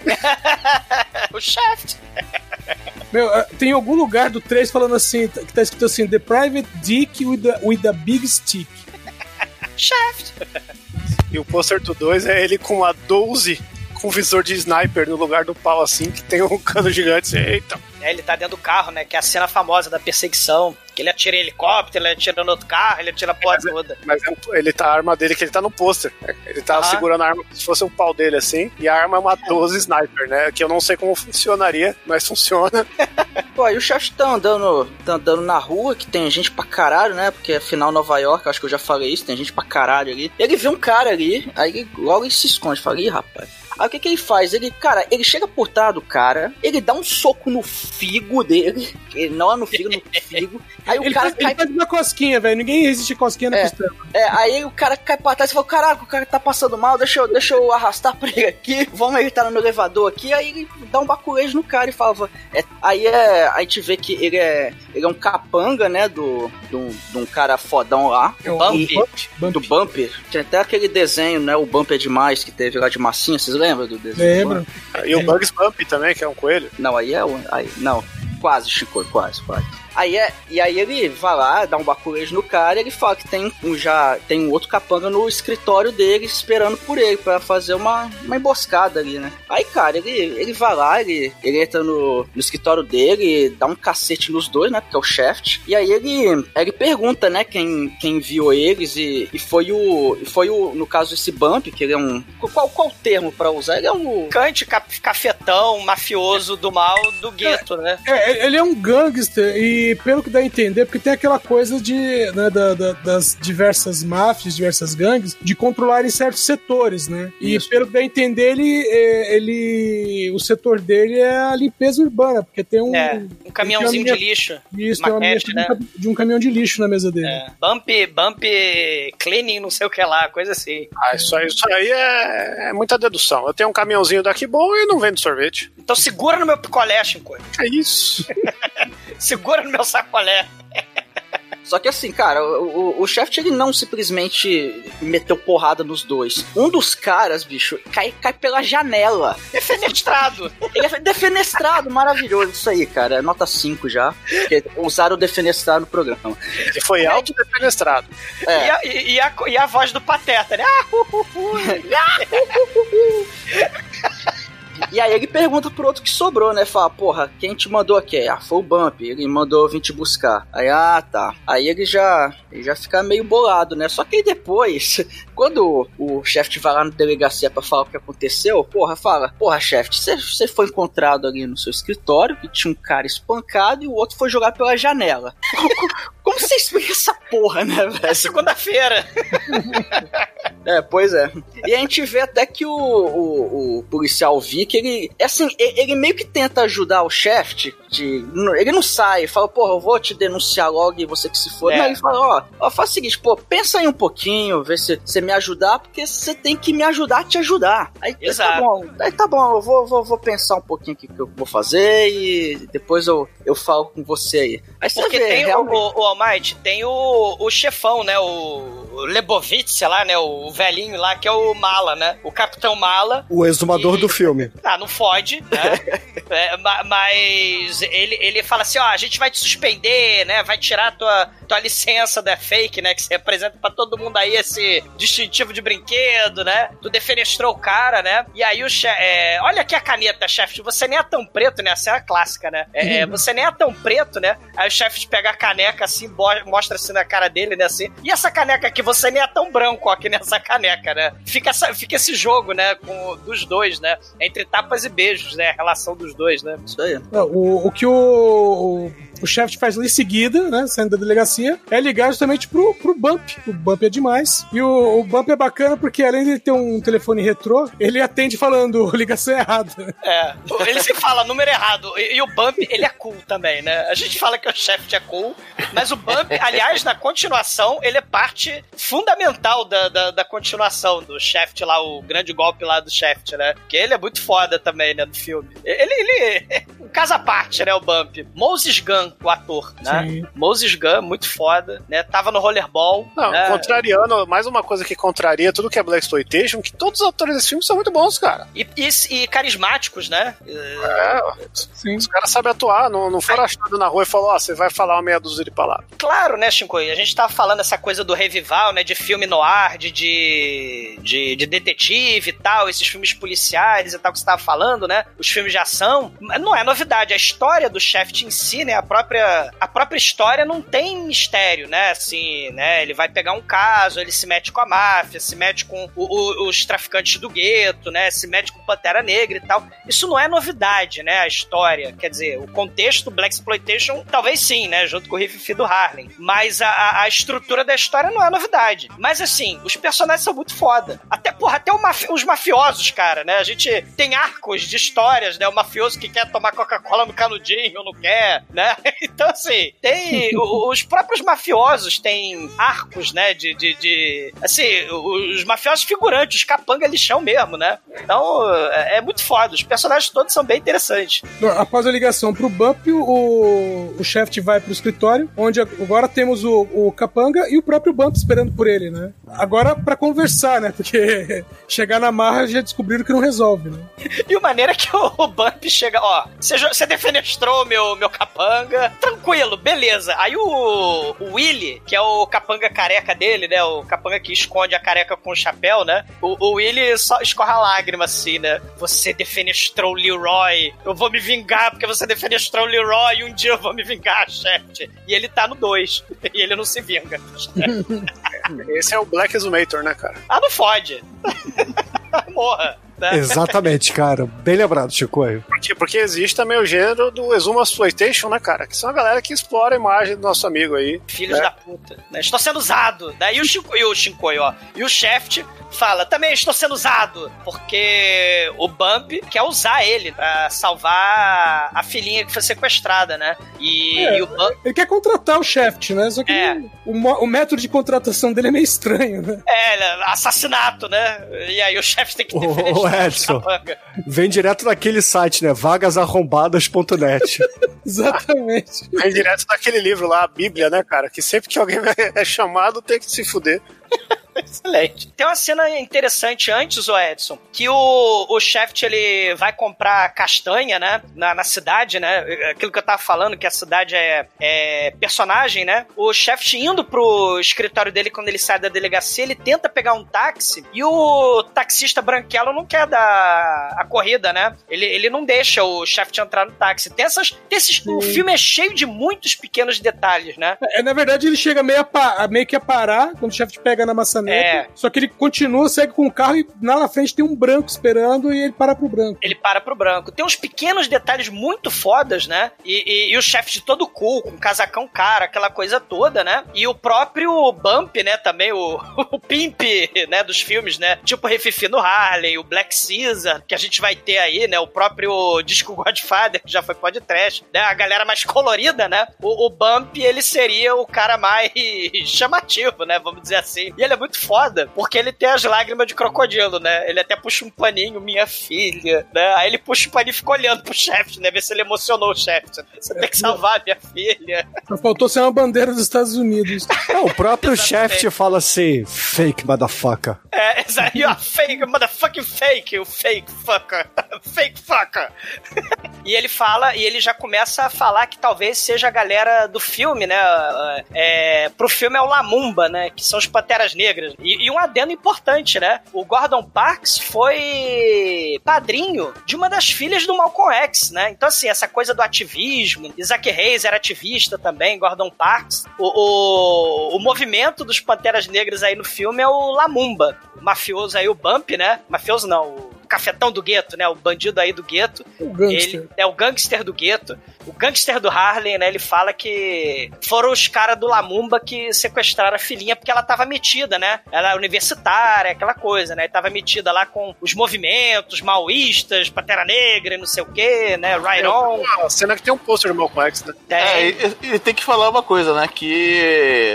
O Shaft. Meu, tem algum lugar do 3 falando assim, que tá escrito assim, The Private Dick with a Big Stick. Shaft. E o pôster do 2 é ele com a 12 com visor de sniper no lugar do pau, assim, que tem um cano gigante. Eita. Ele tá dentro do carro, né? Que é a cena famosa da perseguição. Que ele atira em helicóptero, ele atira no outro carro, ele atira a porra toda. Mas ele tá, a arma dele, que ele tá no pôster. Ele tá segurando a arma como se fosse um pau dele, assim. E a arma é uma 12 sniper, né? Que eu não sei como funcionaria, mas funciona. Pô, e o chefe tá andando na rua, que tem gente pra caralho, né? Porque afinal Nova York, acho que eu já falei isso, tem gente pra caralho ali. Ele vê um cara ali, aí logo ele se esconde. Fala, ih, rapaz. Aí o que ele faz? Ele chega por trás do cara, ele dá um soco no figo dele, não é no figo, no figo. Aí o cara cai... Ele faz uma cosquinha, velho, ninguém resiste cosquinha na costela. Aí o cara cai pra trás e fala, caraca, o cara tá passando mal, deixa eu arrastar pra ele aqui, vamos, ele tá no meu elevador aqui, aí ele dá um baculejo no cara e fala, aí a gente vê que ele é um capanga, né, de um cara fodão lá, do Bumper. Tinha até aquele desenho, né, o Bumper Demais, que teve lá de massinha, vocês lembram do desenho? Lembro. E o Bugs Bunny também, que é um coelho. Não, não, quase, Chico, quase. Aí ele vai lá, dá um baculejo no cara e ele fala que tem um outro capanga no escritório dele esperando por ele pra fazer uma emboscada ali, né? Aí, cara, ele vai lá, ele entra no escritório dele, dá um cacete nos dois, né? Porque é o Shaft. E aí ele pergunta, né, quem enviou eles e foi o, no caso, esse Bump, que ele é um... Qual o termo pra usar? Ele é um... Cante, cafetão, mafioso do mal do gueto, né? Ele é um gangster e pelo que dá a entender, porque tem aquela coisa de, né, das diversas máfias, diversas gangues, de controlarem certos setores, né? Isso. E pelo que dá a entender, o setor dele é a limpeza urbana, porque tem um caminhãozinho de lixo. Isso, tem uma mesa, né? De um caminhão de lixo na mesa dele. Bump cleaning, não sei o que lá, coisa assim. Isso aí é muita dedução. Eu tenho um caminhãozinho daqui bom e não vendo sorvete. Então segura no meu picolé, Chico. É isso. Segura no meu sacolé. Só que assim, cara, o Shaft, ele não simplesmente meteu porrada nos dois. Um dos caras, bicho, cai pela janela. Defenestrado. Ele é defenestrado, maravilhoso. Isso aí, cara, é nota 5 já. Porque usaram o defenestrar no programa. Ele foi auto-defenestrado. E a voz do Pateta, né? E aí ele pergunta pro outro que sobrou, né? Fala, porra, quem te mandou aqui? Foi o Bump, ele mandou vir te buscar. Aí, tá. Aí ele já fica meio bolado, né? Só que aí depois, quando o chefe vai lá na delegacia pra falar o que aconteceu, porra, chefe, você foi encontrado ali no seu escritório e tinha um cara espancado e o outro foi jogado pela janela. Como você explica essa porra, né, velho? É segunda-feira. Pois é. E a gente vê até que o policial Vic, ele meio que tenta ajudar o Shaft. Ele não sai, fala, porra, eu vou te denunciar logo e você que se for. Não, ele fala, faz o seguinte, pensa aí um pouquinho, vê se você me ajudar, porque você tem que me ajudar a te ajudar. Aí, exato. Tá bom, eu vou pensar um pouquinho o que eu vou fazer e depois eu falo com você aí. Aí você porque vê, tem realmente... o Almighty, tem o chefão, né, o Lebovitz, sei lá, né, o velhinho lá, que é o o Mala, né? O Capitão Mala. O exumador do filme. Não fode, né? Mas ele fala assim, ó, a gente vai te suspender, né? Vai tirar a tua licença da fake, né? Que você apresenta pra todo mundo aí esse distintivo de brinquedo, né? Tu defenestrou o cara, né? E aí o chefe... olha aqui a caneta, chefe. Você nem é tão preto, né? A cena clássica, né? Você nem é tão preto, né? Aí o chefe pega a caneca assim, mostra assim na cara dele, né? Assim. E essa caneca aqui, você nem é tão branco aqui nessa caneca, né? Fica esse jogo, né? Dos dois, né? Entre tapas e beijos, né? A relação dos dois, né? Isso aí. O que o chefe faz ali em seguida, né, saindo da delegacia, é ligar justamente pro Bump. O Bump é demais. E o Bump é bacana porque, além de ele ter um telefone retrô, ele atende falando ligação errada. Ele se fala número errado. E o Bump, ele é cool também, né? A gente fala que o chefe é cool, mas o Bump, aliás, na continuação, ele é parte fundamental da continuação do Shaft lá, o grande golpe lá do Shaft, né? Porque ele é muito foda também, né, no filme. Ele um caso à parte, né, o Bump. Moses Gunn, o ator, né? Sim. Moses Gunn, muito foda, né? Tava no Rollerball. Não, né? Contrariando, mais uma coisa que contraria tudo que é Blaxploitation, que todos os atores desse filme são muito bons, cara. E carismáticos, né? Sim. Os caras sabem atuar, não foram achados na rua e falaram, você vai falar uma meia dúzia de palavras. Claro, né, Shinkoi? A gente tava falando essa coisa do revival, né? De filme noir, de detetive e tal, esses filmes policiais e tal que você tava falando, né? Os filmes de ação. Não é novidade. A história do Shaft em si, né? A própria história não tem mistério, né? Assim, né? Ele vai pegar um caso, ele se mete com a máfia, se mete com os traficantes do gueto, né? Se mete com Pantera Negra e tal. Isso não é novidade, né? A história. Quer dizer, o contexto Blaxploitation, talvez sim, né? Junto com o Riff do Harlem. Mas a estrutura da história não é novidade. Mas assim, os personagens são muito foda. Até os mafiosos, cara, né? A gente tem arcos de histórias, né? O mafioso que quer tomar Coca-Cola no canudinho ou não quer, né? Então, assim, tem... os próprios mafiosos têm arcos, né? Assim, os mafiosos figurantes, os capanga lixão mesmo, né? Então, é muito foda. Os personagens todos são bem interessantes. Após a ligação pro Bump, o Shaft vai pro escritório, onde agora temos o capanga e o próprio Bump esperando por ele, né? Agora pra conversar, né? Porque chegar na marra já descobriram que não resolve, né? E a maneira que o Bump chega, ó, você defenestrou meu capanga, tranquilo, beleza. Aí o Willy, que é o capanga careca dele, né? O capanga que esconde a careca com o chapéu, né? O Willy só escorra lágrima assim, né? Você defenestrou o Leroy, eu vou me vingar porque você defenestrou o Leroy e um dia eu vou me vingar, chefe. E ele tá no 2, e ele não se vinga. Esse é o Black Exhumator, né, cara? Não fode. Morra. Né? Exatamente, cara. Bem lembrado, Chico. Porque existe também o gênero do Exhumasploitation, né, cara? Que são a galera que explora a imagem do nosso amigo aí. Filhos da puta. Né? Estou sendo usado. Daí o Shinkoi, ó. E o Shaft fala, também estou sendo usado. Porque o Bump quer usar ele pra salvar a filhinha que foi sequestrada, né? E o Bump... Ele quer contratar o Shaft, né? Só que o método de contratação dele é meio estranho, né? Assassinato, né? E aí o Shaft tem que defender Edson, vem direto daquele site, né? vagasarrombadas.net. Exatamente. Vem direto daquele livro lá, a Bíblia, né, cara? Que sempre que alguém é chamado tem que se fuder. Excelente. Tem uma cena interessante antes, o Edson, que o Shaft, ele vai comprar castanha, né, na cidade, né, aquilo que eu tava falando, que a cidade é personagem, né, o Shaft indo pro escritório dele quando ele sai da delegacia, ele tenta pegar um táxi e o taxista branquelo não quer dar a corrida, né, ele não deixa o Shaft entrar no táxi. O filme é cheio de muitos pequenos detalhes, né. Na verdade, ele chega meio que a parar quando o Shaft pega na maçaneta. Só que ele continua, segue com o carro e lá na frente tem um branco esperando e ele para pro branco. Ele para pro branco. Tem uns pequenos detalhes muito fodas, né? E o chefe de todo cool, com casacão cara, aquela coisa toda, né? E o próprio Bump, né? Também o Pimp, né? Dos filmes, né? Tipo o Riff no Harlem, o Black Caesar, que a gente vai ter aí, né? O próprio Disco Godfather, que já foi podcast, né? A galera mais colorida, né? O Bump, ele seria o cara mais chamativo, né? Vamos dizer assim. E ele é muito foda, porque ele tem as lágrimas de crocodilo, né? Ele até puxa um paninho, minha filha, né? Aí ele puxa o paninho e fica olhando pro chefe, né? Ver se ele emocionou o chefe. Você tem que salvar minha filha. Só faltou ser uma bandeira dos Estados Unidos. O próprio chefe fala assim, fake motherfucker. You're fake, motherfucking fake, you fake fucker. Fake fucker. E ele já começa a falar que talvez seja a galera do filme, né? Pro filme é o Lamumba, né? Que são os Panteras Negras. E um adendo importante, né? O Gordon Parks foi padrinho de uma das filhas do Malcolm X, né? Então, assim, essa coisa do ativismo, Isaac Hayes era ativista também, Gordon Parks. O movimento dos Panteras Negras aí no filme é o Lamumba. O mafioso aí, o Bump, né? Mafioso não, o cafetão do gueto, né? O bandido aí do gueto. O gangster. Ele é o gangster do gueto. O gangster do Harlem, né? Ele fala que foram os caras do Lamumba que sequestraram a filhinha porque ela tava metida, né? Ela é universitária, aquela coisa, né? Tava metida lá com os movimentos maoístas, Pantera Negra e não sei o quê, né? Right On. A cena que tem um pôster do Malcolm X, né? E tem que falar uma coisa, né? Que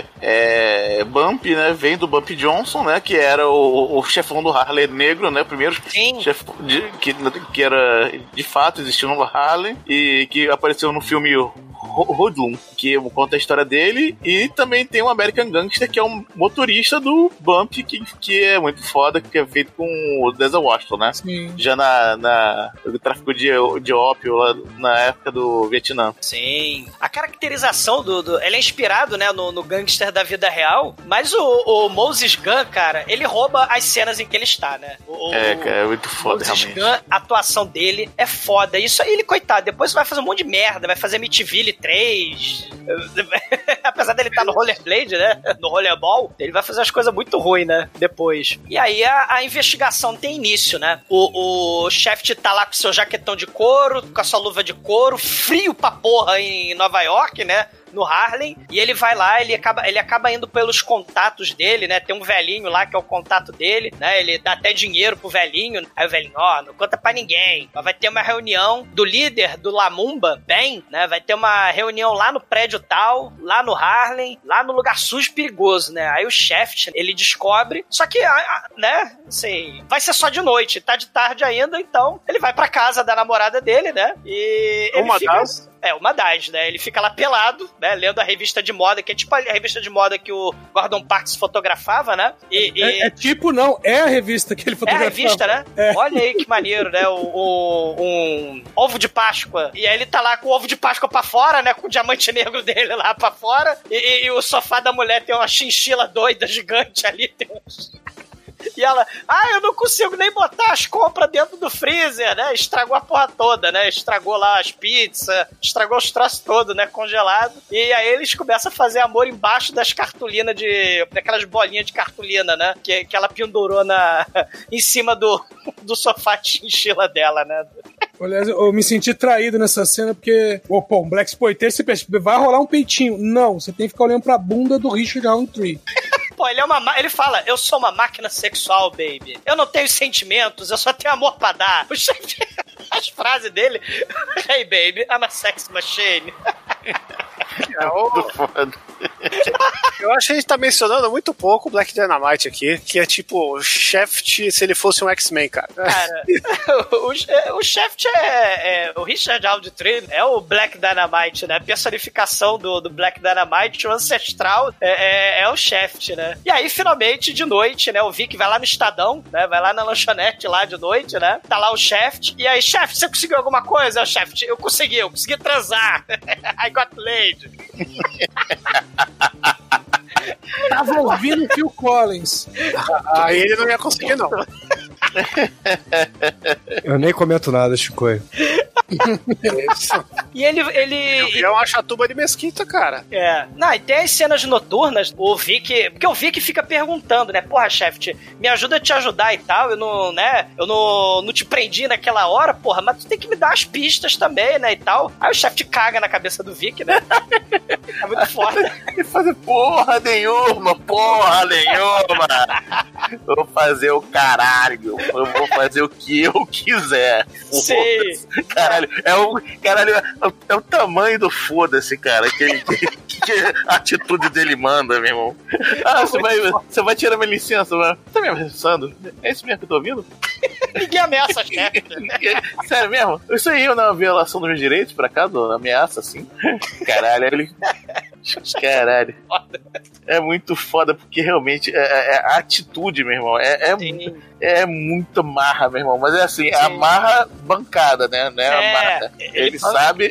Bump, né? Vem do Bump Johnson, né? Que era o chefão do Harlem negro, né? O primeiro chefe que era de fato existiu no Harlem e que apareceu no filme Hoodlum, que conta a história dele, e também tem o American Gangster, que é um motorista do Bump, que é muito foda, que é feito com o Denzel Washington, né? Sim. Já no tráfico de ópio lá na época do Vietnã. Sim. A caracterização ele é inspirado, né, no gangster da vida real, mas o Moses Gunn, cara, ele rouba as cenas em que ele está, né? Cara, é muito foda, Moses realmente. Gunn, a atuação dele é foda. Isso aí, ele, coitado, depois vai fazer um monte de merda, vai fazer Amityville 3. Apesar dele estar no rollerblade, né? No rollerball, ele vai fazer as coisas muito ruins, né? Depois. E aí a investigação tem início, né? O Shaft tá lá com seu jaquetão de couro, com a sua luva de couro, frio pra porra em Nova York, né? No Harlem, e ele vai lá, ele acaba indo pelos contatos dele, né? Tem um velhinho lá que é o contato dele, né? Ele dá até dinheiro pro velhinho. Aí o velhinho, não conta pra ninguém. Vai ter uma reunião do líder do Lamumba, Ben, né? Vai ter uma reunião lá no prédio tal, lá no Harlem, lá no lugar sujo e perigoso, né? Aí o Shaft, ele descobre, só que, né? Assim, vai ser só de noite, tá de tarde ainda, então ele vai pra casa da namorada dele, né? E ele uma das, né? Ele fica lá pelado, né? Lendo a revista de moda, que é tipo a revista de moda que o Gordon Parks fotografava, né? É a revista que ele fotografava. É a revista, né? Olha aí que maneiro, né? Um ovo de Páscoa. E aí ele tá lá com o ovo de Páscoa pra fora, né? Com o diamante negro dele lá pra fora. E o sofá da mulher tem uma chinchila doida, gigante ali. Tem uns... E ela, eu não consigo nem botar as compras dentro do freezer, né? Estragou a porra toda, né? Estragou lá as pizzas, estragou os troços todos, né? Congelado. E aí eles começam a fazer amor embaixo das cartolinas daquelas bolinhas de cartolina, né? Que ela pendurou em cima do sofá de chinchila dela, né? Aliás, eu me senti traído nessa cena porque, um Black Exploiter, você pensa, vai rolar um peitinho. Não, você tem que ficar olhando pra bunda do Richard Roundtree. Pô, ele fala, eu sou uma máquina sexual, baby. Eu não tenho sentimentos, eu só tenho amor pra dar. As frases dele, hey, baby, I'm a sex machine. Eu acho que a gente tá mencionando muito pouco o Black Dynamite aqui, que é tipo o Shaft se ele fosse um X-Men, cara. Cara, o Shaft o Richard Roundtree é o Black Dynamite, né? A personificação do Black Dynamite, o ancestral é o Shaft, né? E aí, finalmente, de noite, né? O Vic vai lá no Estadão, né? Vai lá na lanchonete lá de noite, né? Tá lá o Shaft. E aí, Shaft, você conseguiu alguma coisa? O Shaft, eu consegui transar. I got laid. Tava ouvindo o Phil Collins. Aí ele não ia conseguir, não. Eu nem comento nada, Chico. E ele é uma chatuba de mesquita, cara. Não, e tem as cenas noturnas, o Vic, porque o Vic fica perguntando, né? Porra, Shaft, me ajuda a te ajudar e tal, eu não te prendi naquela hora, porra, mas tu tem que me dar as pistas também, né, e tal. Aí o Shaft caga na cabeça do Vic, né? É muito foda. Ele faz porra nenhuma. Eu vou fazer o caralho. Eu vou fazer o que eu quiser. Sim. Caralho, é o tamanho do foda-se, cara. Que a atitude dele manda, meu irmão. Você vai tirar minha licença, mano? Tá me ameaçando? É isso mesmo que eu tô ouvindo? Ninguém ameaça, chefe. Sério mesmo? Isso aí é uma violação dos meus direitos, por acaso? Ameaça, assim? Caralho, ele Caralho. É muito foda, porque realmente a atitude, meu irmão, é muito marra, meu irmão. Mas é assim, a marra bancada, né? Não é a marra. Ele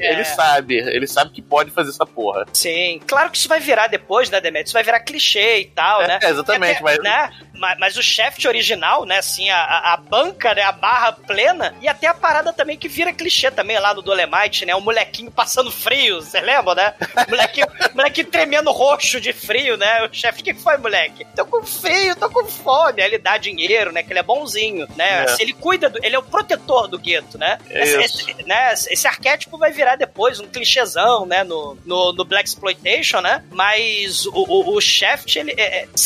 sabe que pode fazer essa porra. Sim, claro que isso vai virar depois, né, Demetrio? Isso vai virar clichê e tal, né? Exatamente, até, né? Mas o Shaft original, né, assim, a banca, né, a barra plena, e até a parada também que vira clichê também lá no Dolemite, né, o molequinho passando frio, você lembra, né? Molequinho tremendo roxo de frio, né? O Shaft, o que foi, moleque? Tô com frio, tô com fome. Aí ele dá dinheiro, né, que ele é bonzinho, né? Assim, ele cuida, ele é o protetor do gueto, né? Esse arquétipo vai virar depois um clichêzão, né, no Blaxploitation, né? Mas o Shaft, ele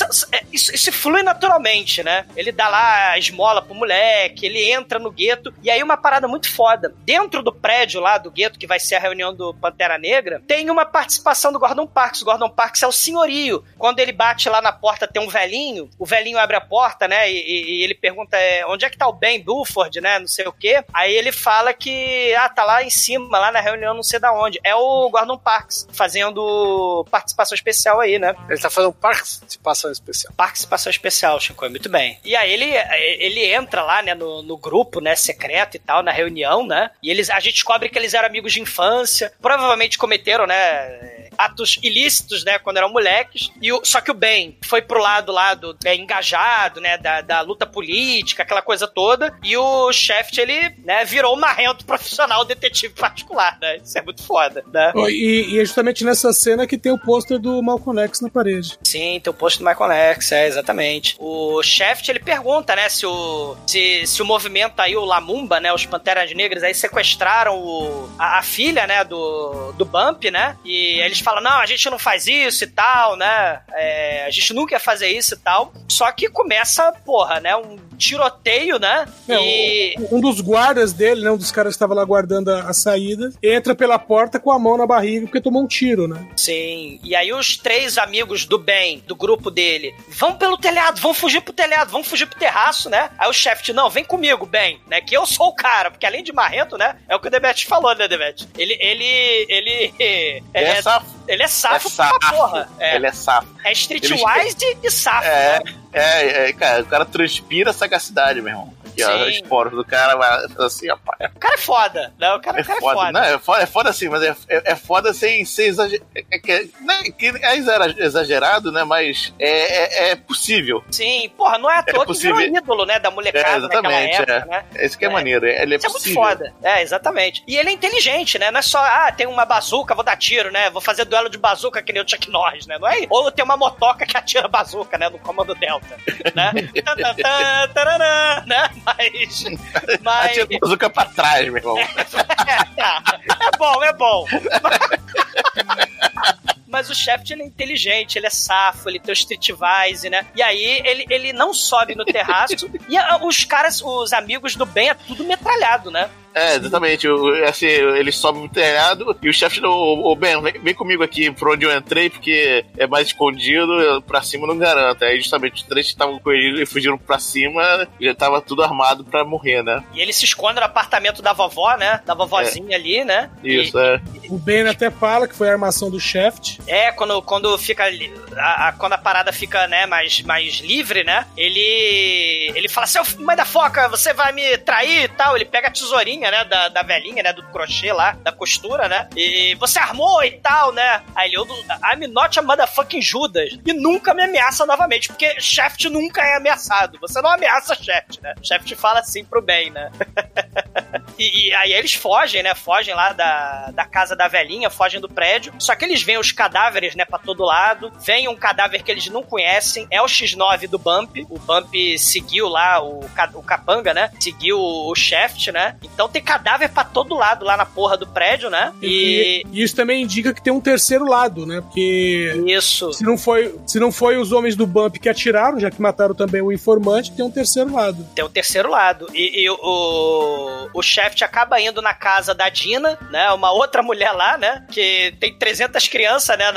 isso flui naturalmente, né? Ele dá lá a esmola pro moleque, ele entra no gueto, e aí uma parada muito foda. Dentro do prédio lá do gueto, que vai ser a reunião do Pantera Negra, tem uma participação do Gordon Parks. O Gordon Parks é o senhorio. Quando ele bate lá na porta, tem um velhinho, o velhinho abre a porta, né? E ele pergunta, onde é que tá o Ben Buford, né? Não sei o quê. Aí ele fala que, tá lá em cima, lá na reunião, não sei da onde. É o Gordon Parks, fazendo participação especial aí, né? Ele tá fazendo participação especial. Participação especial, Chico, muito bem. E aí ele entra lá, né, no grupo, né, secreto e tal, na reunião, né? E a gente descobre que eles eram amigos de infância, provavelmente cometeram, né, atos ilícitos, né, quando eram moleques. Só que o Ben foi pro lado lá engajado, né, da luta política, aquela coisa toda. E o Shaft, ele, né, virou um marrento profissional, detetive particular, né? Isso é muito foda, né? E é justamente nessa cena que tem o pôster do Malcolm X na parede. Sim, tem o pôster do Malcolm X, exatamente. O Shaft, ele pergunta, né, se o movimento aí, o Lamumba, né, os Panteras Negras aí sequestraram a filha, né, do Bump, né? E eles falam, não, a gente não faz isso e tal, né? A gente nunca ia fazer isso e tal. Só que começa, porra, né, um tiroteio, né? Um dos guardas dele, né, um dos caras que estava lá guardando a saída, entra pela porta com a mão na barriga porque tomou um tiro, né? Sim. E aí os 3 amigos do Ben, do grupo dele, vão pelo telhado, vão fugir pro telhado, vão fugir pro terraço, né? Aí o Shaft, não, vem comigo, Ben, né? Que eu sou o cara, porque além de marrento, né? É o que o Demet falou, né, Demet? Ele é safo. Ele é safo pra porra. Ele é safo. É streetwise e safo, né? Cara, o cara transpira sagacidade, meu irmão. Aqui, ó, os poros do cara vai assim, rapaz. O cara é foda, né? O cara é foda. Não, é foda assim, mas é foda sem ser exagerado. É exagerado, né? Mas é possível. Sim, porra, não é à toa que virou ídolo, né? Da molecada naquela época, né? Esse que é maneiro, ele é isso possível. É muito foda. Exatamente. E ele é inteligente, né? Não é só, tem uma bazuca, vou dar tiro, né? Vou fazer duelo de bazuca que nem o Chuck Norris, né? Não é? Ou tem uma motoca que atira bazuca, né? No Comando Delta, né? Né? Mas... Atira a bazuca pra trás, meu irmão. É bom. Mas o Shaft, ele é inteligente, ele é safo, ele tem o streetwise, né? E aí, ele não sobe no terraço e os caras, os amigos do Ben, é tudo metralhado, né? Exatamente. Assim, eles sobem no telhado e o chefe, Ben, vem comigo aqui por onde eu entrei, porque é mais escondido, pra cima não garanto. Aí justamente os 3 que estavam com ele e fugiram pra cima, já tava tudo armado pra morrer, né? E ele se esconde no apartamento da vovó, né? Da vovozinha ali, né? Isso, O Ben até fala que foi a armação do Shaft. Quando fica quando a parada fica, né, mais livre, né? Ele fala, seu mãe da foca, você vai me trair e tal. Ele pega a tesourinha, né, da velhinha, né, do crochê lá, da costura, né, e você armou e tal, né, aí ele, I'm not a motherfucking Judas, e nunca me ameaça novamente, porque Shaft nunca é ameaçado, você não ameaça Shaft, né, Shaft fala assim pro Ben, né, e aí eles fogem, né, fogem lá da casa da velhinha, fogem do prédio, só que eles veem os cadáveres, né, pra todo lado, vem um cadáver que eles não conhecem, é o X9 do Bump, o Bump seguiu lá, o Capanga, né, seguiu o Shaft, né, então tem cadáver pra todo lado lá na porra do prédio, né? E isso também indica que tem um terceiro lado, né? Porque isso. Se não foi os homens do Bump que atiraram, já que mataram também o informante, tem um terceiro lado. Tem um terceiro lado. E o Shaft acaba indo na casa da Dina, né? Uma outra mulher lá, né? Que tem 300 crianças, né?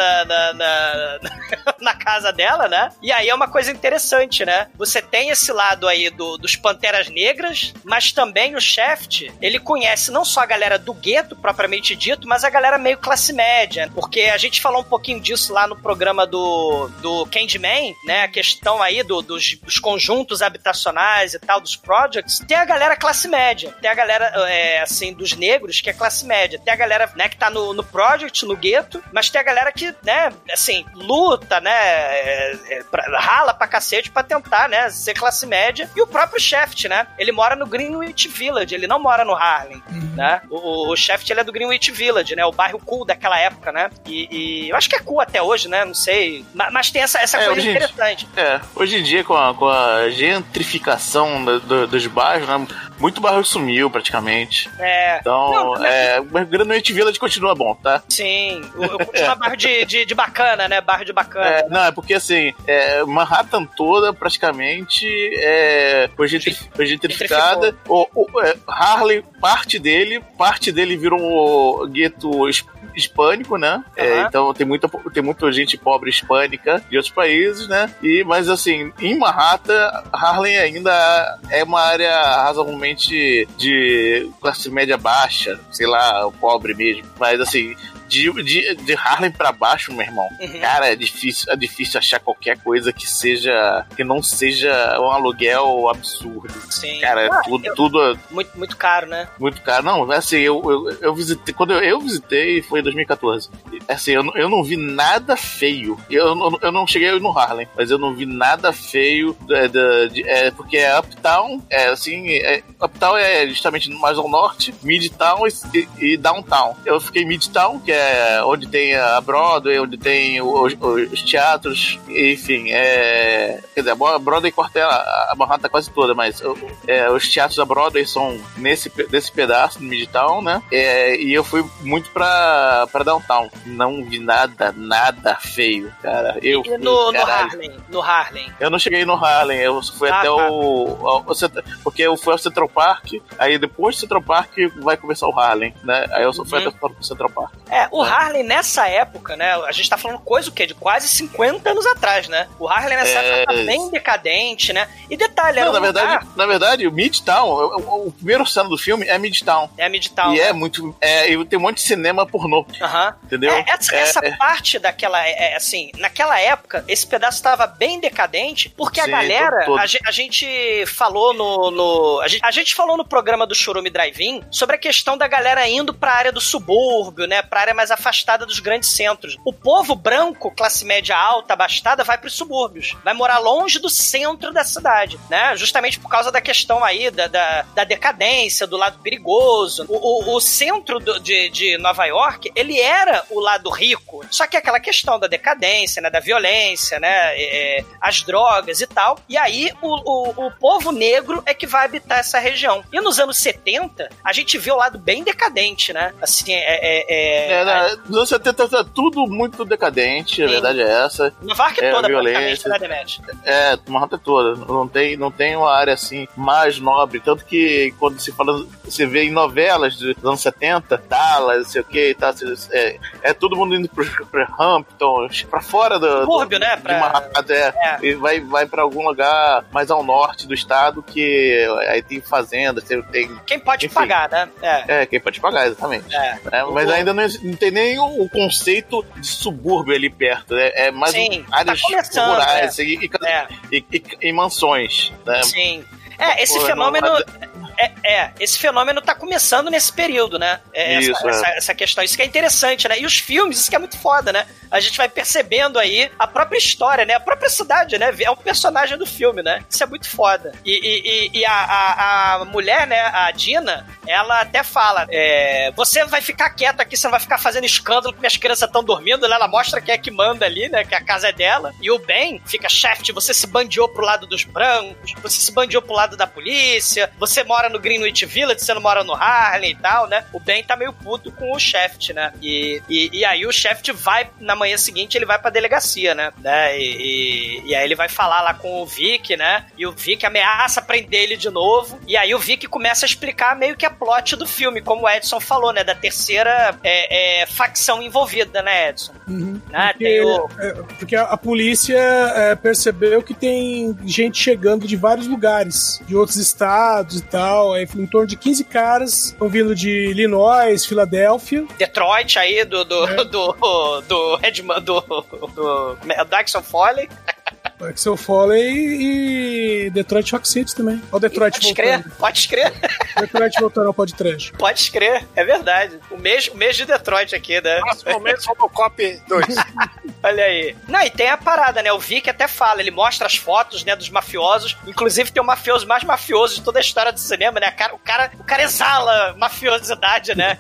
Na casa dela, né? E aí é uma coisa interessante, né? Você tem esse lado aí dos Panteras Negras, mas também o Shaft, ele conhece não só a galera do gueto, propriamente dito, mas a galera meio classe média, porque a gente falou um pouquinho disso lá no programa do Candyman, né, a questão aí dos conjuntos habitacionais e tal, dos projects. Tem a galera classe média, tem a galera, assim, dos negros, que é classe média, tem a galera, né, que tá no project, no gueto, mas tem a galera que, né, assim, luta, né, rala pra cacete pra tentar, né, ser classe média. E o próprio Shaft, né, ele mora no Greenwich Village, ele não mora no Harlem, né. O Shaft, ele é do Greenwich Village, né, o bairro cool daquela época, né, e eu acho que é cool até hoje, né, não sei, mas tem essa coisa interessante. Hoje em dia, com a gentrificação dos bairros, né, muito bairro sumiu, praticamente. Então, o Greenwich Village continua bom, tá? Sim, continua bairro de bacana, né, bairro de bacana. Não, é porque, assim, Manhattan toda, praticamente, foi gentrificada. Harlem, parte dele virou um gueto hispânico, né? Então tem muita gente pobre hispânica de outros países, né? Mas assim, em Manhattan, Harlem ainda é uma área razoavelmente de classe média baixa, sei lá, pobre mesmo. Mas assim, de Harlem pra baixo, meu irmão, cara, é difícil achar qualquer coisa que não seja um aluguel absurdo. Sim. Cara, tudo muito caro, né? Muito caro. Não, assim, eu visitei, quando eu visitei foi em 2014. Assim, eu não vi nada feio. Eu não cheguei no Harlem, mas eu não vi nada feio porque Uptown, Uptown é justamente mais ao norte, Midtown e Downtown. Eu fiquei em Midtown, que é onde tem a Broadway, onde tem os teatros, enfim, quer dizer, a Broadway corta a Manhattan quase toda, mas os teatros da Broadway são nesse pedaço do Midtown, né? E eu fui muito pra Downtown. Não vi nada feio, cara. No Harlem? Eu não cheguei no Harlem, eu fui até porque eu fui ao Central Park, aí depois do Central Park vai começar o Harlem, né? Aí eu só fui até o Central Park. O Harlem nessa época, né? A gente tá falando coisa o quê? De quase 50 anos atrás, né? O Harlem nessa época tá bem decadente, né? E detalhe, na verdade, o Midtown, o primeiro cena do filme é Midtown. É Midtown. E e tem um monte de cinema pornô. Entendeu? Essa parte daquela, assim, naquela época, esse pedaço tava bem decadente, porque a galera, a gente falou a gente falou no programa do Churume Drive-In sobre a questão da galera indo pra área do subúrbio, né? Pra área mais afastada dos grandes centros. O povo branco, classe média alta, abastada, vai pros subúrbios. Vai morar longe do centro da cidade, né? Justamente por causa da questão aí da decadência, do lado perigoso. O centro de Nova York, ele era o lado rico. Só que aquela questão da decadência, né? Da violência, né? As drogas e tal. E aí, o povo negro é que vai habitar essa região. E nos anos 70, a gente vê o lado bem decadente, né? Assim, nos anos 70 tá tudo muito decadente, a verdade é essa. Nova York toda, violência, né, Demet? Manhattan toda. Não tem uma área assim mais nobre. Tanto que quando você vê em novelas dos anos 70, Dallas, não sei o que e tal, todo mundo indo pro Hampton, pra fora do subúrbio, né? De Manhattan, e vai pra algum lugar mais ao norte do estado, que aí tem fazenda, tem... Quem pode pagar, né? Quem pode pagar, exatamente. Mas ainda não tem nem o conceito de subúrbio ali perto, né? É mais áreas rurais e mansões, né? Sim. Esse fenômeno... esse fenômeno tá começando nesse período, né? Essa questão, isso que é interessante, né? E os filmes, isso que é muito foda, né? A gente vai percebendo aí a própria história, né? A própria cidade, né? É um personagem do filme, né? Isso é muito foda. E a mulher, né? A Dina, ela até fala, você vai ficar quieto aqui, você não vai ficar fazendo escândalo porque as crianças estão dormindo, né? Ela mostra quem é que manda ali, né? Que a casa é dela. E o Ben fica, Shaft, você se bandeou pro lado dos brancos, você se bandeou pro lado da polícia, você mora no Greenwich Village, você não mora no Harlem e tal, né? O Ben tá meio puto com o Shaft, né? E aí o Shaft vai, na manhã seguinte, ele vai pra delegacia, né? E aí ele vai falar lá com o Vic, né? E o Vic ameaça prender ele de novo. E aí o Vic começa a explicar meio que a plot do filme, como o Edson falou, né? Da terceira facção envolvida, né, Edson? Porque a polícia percebeu que tem gente chegando de vários lugares, de outros estados e tal. Aí, em torno de 15 caras estão vindo de Illinois, Filadélfia. Detroit aí, do Redmond, do Jackson Foley. Axel Foley e Detroit Rock City também. Olha o Detroit voltando. Pode crer. Detroit voltando ao podcast. Pode crer, é verdade. O mês de Detroit aqui, né? Próximo mês, Robocop 2. Olha aí. Não, e tem a parada, né? O Vic até fala, ele mostra as fotos, né, dos mafiosos. Inclusive tem o mafioso mais mafioso de toda a história do cinema, né? O cara exala mafiosidade, né?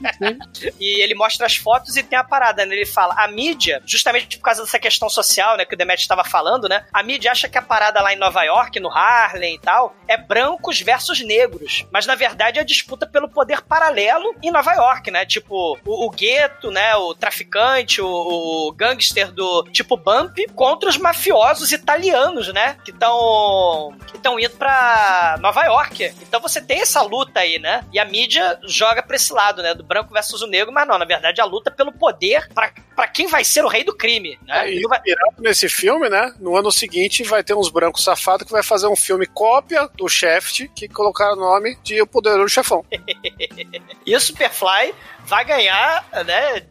E ele mostra as fotos e tem a parada, né? Ele fala, a mídia, justamente por causa dessa questão social, né, que o Demet estava falando, né? A mídia acha que a parada lá em Nova York, no Harlem e tal, é brancos versus negros. Mas, na verdade, é a disputa pelo poder paralelo em Nova York, né? Tipo, o gueto, né? O traficante, o gangster do tipo Bump contra os mafiosos italianos, né? Que estão indo pra Nova York. Então você tem essa luta aí, né? E a mídia joga pra esse lado, né? Do branco versus o negro, mas não, na verdade, a luta pelo poder pra quem vai ser o rei do crime, né? E nesse filme, né? No ano seguinte vai ter uns brancos safados que vai fazer um filme cópia do Shaft, que colocaram o nome de O Poderoso Chefão. E o Superfly vai ganhar, né,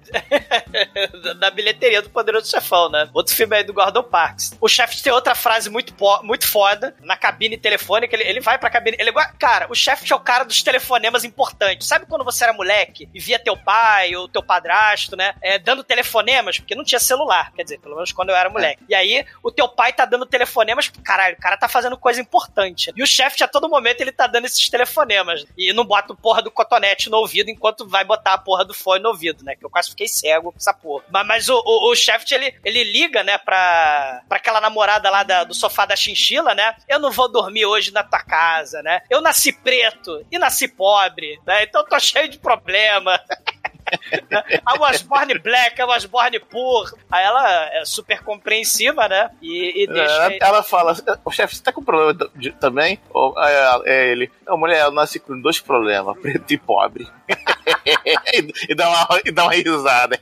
da bilheteria do Poderoso Chefão, né? Outro filme aí do Gordon Parks. O Shaft tem outra frase muito foda na cabine telefônica. Ele vai pra cabine... Cara, o Shaft é o cara dos telefonemas importantes. Sabe quando você era moleque e via teu pai ou teu padrasto, né, dando telefonemas? Porque não tinha celular, quer dizer, pelo menos quando eu era moleque. E aí, o teu pai tá dando telefonemas, caralho, o cara tá fazendo coisa importante. E o Shaft, a todo momento, ele tá dando esses telefonemas. E não bota o porra do cotonete no ouvido enquanto vai botar a porra do fone no ouvido, né? Que eu quase fiquei cego com essa porra. Mas o Shaft, ele liga, né, pra aquela namorada lá do sofá da chinchila, né? Eu não vou dormir hoje na tua casa, né? Eu nasci preto e nasci pobre, né? Então tô cheio de problema. I was born black, I was born poor. Aí ela é super compreensiva, né? E deixa... Ela fala, o chefe, você tá com problema também? Ele, não, mulher, eu nasci com 2 problemas, preto e pobre. e dá uma risada.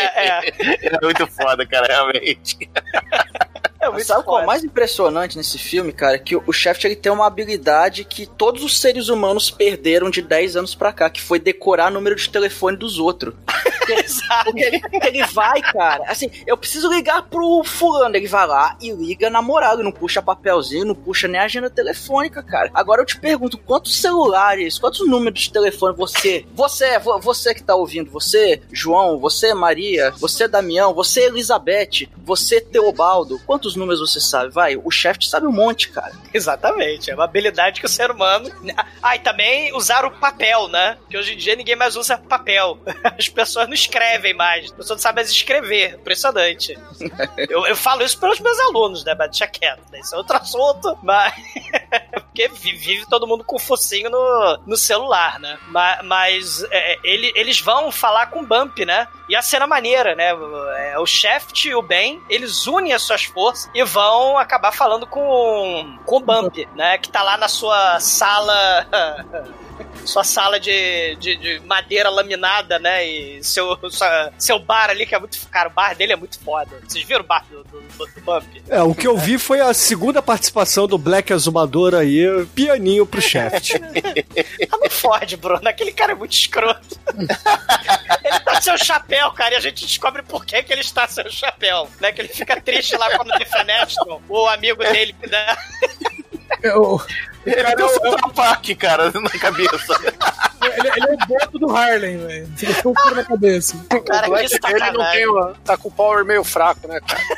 É muito foda, cara, realmente. Sabe qual é o mais impressionante nesse filme, cara? Que o Shaft, ele tem uma habilidade que todos os seres humanos perderam de 10 anos pra cá, que foi decorar o número de telefone dos outros. Porque ele vai, cara, assim, eu preciso ligar pro fulano, ele vai lá e liga namorado, não puxa papelzinho, não puxa nem agenda telefônica, cara. Agora eu te pergunto, quantos celulares, quantos números de telefone você que tá ouvindo, você, João, você, Maria, você, Damião, você, Elizabeth, você, Teobaldo, quantos números você sabe? Vai, o Shaft sabe um monte, cara. Exatamente, é uma habilidade que o ser humano... e também usar o papel, né? Que hoje em dia ninguém mais usa papel. As pessoas não escrevem mais, as pessoas não sabem mais escrever. Impressionante. Eu falo isso pelos meus alunos, né? Mas deixa quieto, né? Isso é outro assunto, mas... Porque vive todo mundo com o focinho no celular, né? Mas eles vão falar com o Bump, né? E a cena maneira, né? O Shaft e o Ben, eles unem as suas forças e vão acabar falando com o Bump, né? Que tá lá na sua sala... Sua sala de madeira laminada, né? E seu bar ali, que é muito... Cara, o bar dele é muito foda. Vocês viram o bar do Bump? O que eu vi foi a segunda participação do Black Exumador aí, pianinho pro Shaft. Não fode, Bruno. Aquele cara é muito escroto. Ele tá sem o chapéu, cara, e a gente descobre por que ele está sem o chapéu, né? Que ele fica triste lá quando defenestram o amigo dele, né? Ele tem o Central Park, cara, na cabeça. Ele é o boto do Harlem, velho. Ficou um na cabeça. Cara, que sacanagem. Ele não tá com o power meio fraco, né, cara?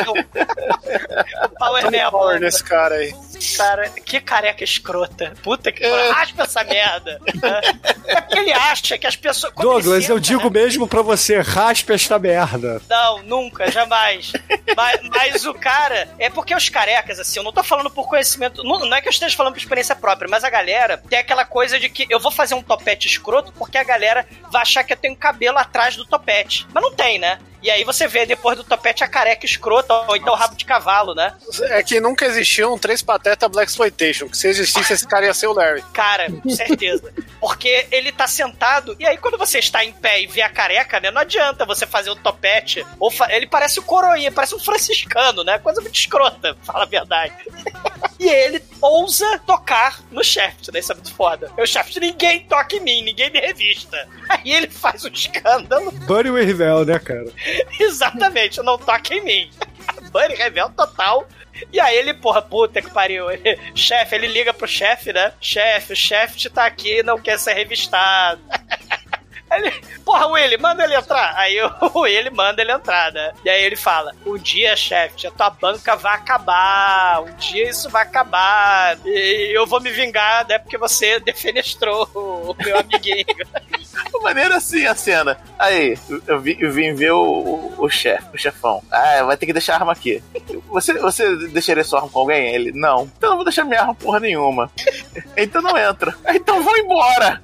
O power meio power nesse cara aí. Cara, que careca escrota. Puta que pariu. Raspa essa merda. É porque ele acha que as pessoas... Douglas, eu digo mesmo pra você, raspa esta merda. Não, nunca, jamais. Mas o cara... É porque os carecas, assim, eu não tô falando por conhecimento... Não é que eu esteja falando por experiência própria, mas a galera tem aquela coisa de que eu vou fazer um topete escroto porque a galera vai achar que eu tenho cabelo atrás do topete. Mas não tem, né? E aí você vê depois do topete a careca escrota, ou então o rabo de cavalo, né? É que nunca existiu um 3 Pateta Blaxploitation, que se existisse esse cara ia ser o Larry. Cara, com certeza. Porque ele tá sentado, e aí quando você está em pé e vê a careca, né, não adianta você fazer o topete, ele parece o coroinha, parece um franciscano, né? Coisa muito escrota, fala a verdade. E ele ousa tocar no Shaft, né? Isso é muito foda. O Shaft, ninguém toca em mim, ninguém me revista. Aí ele faz um escândalo. Bunny Revel, né, cara? Exatamente, não toca em mim. Bunny Revel total. E aí ele, porra, puta que pariu. Chefe, ele liga pro chefe, né? Chefe, o Shaft tá aqui, não quer ser revistado. Ele, porra, Willy, manda ele entrar. Aí o Willy manda ele entrar, né? E aí ele fala, um dia, chefe, a tua banca vai acabar. Um dia isso vai acabar. E eu vou me vingar, né? Porque você defenestrou o meu amiguinho. Maneiro assim a cena. Aí, eu vim ver o chefão. Ah, vai ter que deixar a arma aqui. Você deixaria sua arma com alguém? Ele, não. Então eu não vou deixar minha arma porra nenhuma. Então não entra. Então vou embora.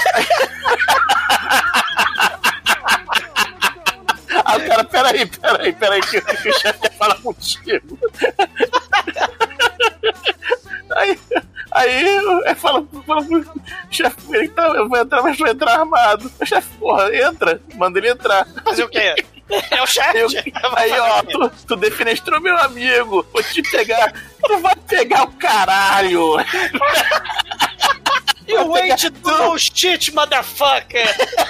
Ah, cara, peraí, que o chefe quer falar contigo. Aí fala pro chefe, eu vou entrar, mas vou entrar armado. O chefe, porra, entra, manda ele entrar. Fazer o quê? É o chefe? Aí, ó, tu defenestrou meu amigo, vou te pegar. Tu vai pegar o caralho. You ain't no shit, motherfucker!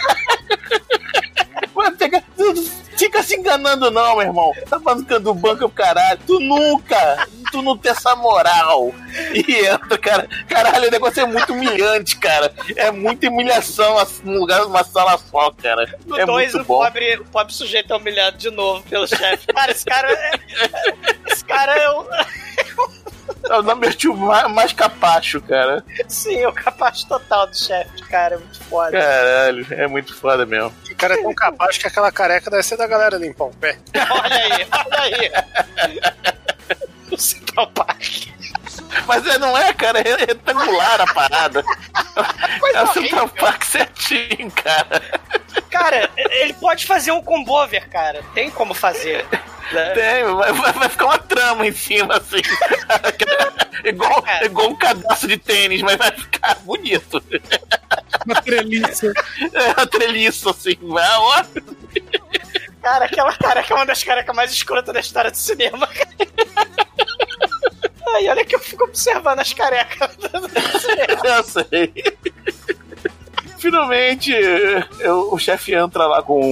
Vai pegar. Fica se enganando não, meu irmão. Tá falando do banco, caralho. Tu não tem essa moral. E entra, cara. Caralho, o negócio é muito humilhante, cara. É muita humilhação num lugar, numa sala só, cara. No é 2, muito o bom. pobre sujeito é humilhado de novo pelo chefe. Cara, esse cara é o... É o nome tio mais capacho, cara. Sim, o capacho total do chefe, cara. É muito foda. Caralho, é muito foda mesmo. O cara é tão capaz que aquela careca deve ser da galera limpar o pé. Olha aí. O Central Park. Mas não é, cara, é retangular a parada. É o Central Park certinho, cara. Cara, ele pode fazer um combover, cara. Tem como fazer. Né? Tem, vai ficar uma trama em cima, assim. igual um cadastro de tênis, mas vai ficar bonito. Uma treliça. É uma treliça, assim. Vai, ó. Cara, aquela careca é uma das carecas mais escrotas da história do cinema, cara. Ai, olha que eu fico observando as carecas do cinema. Eu sei. Finalmente, o chefe entra lá com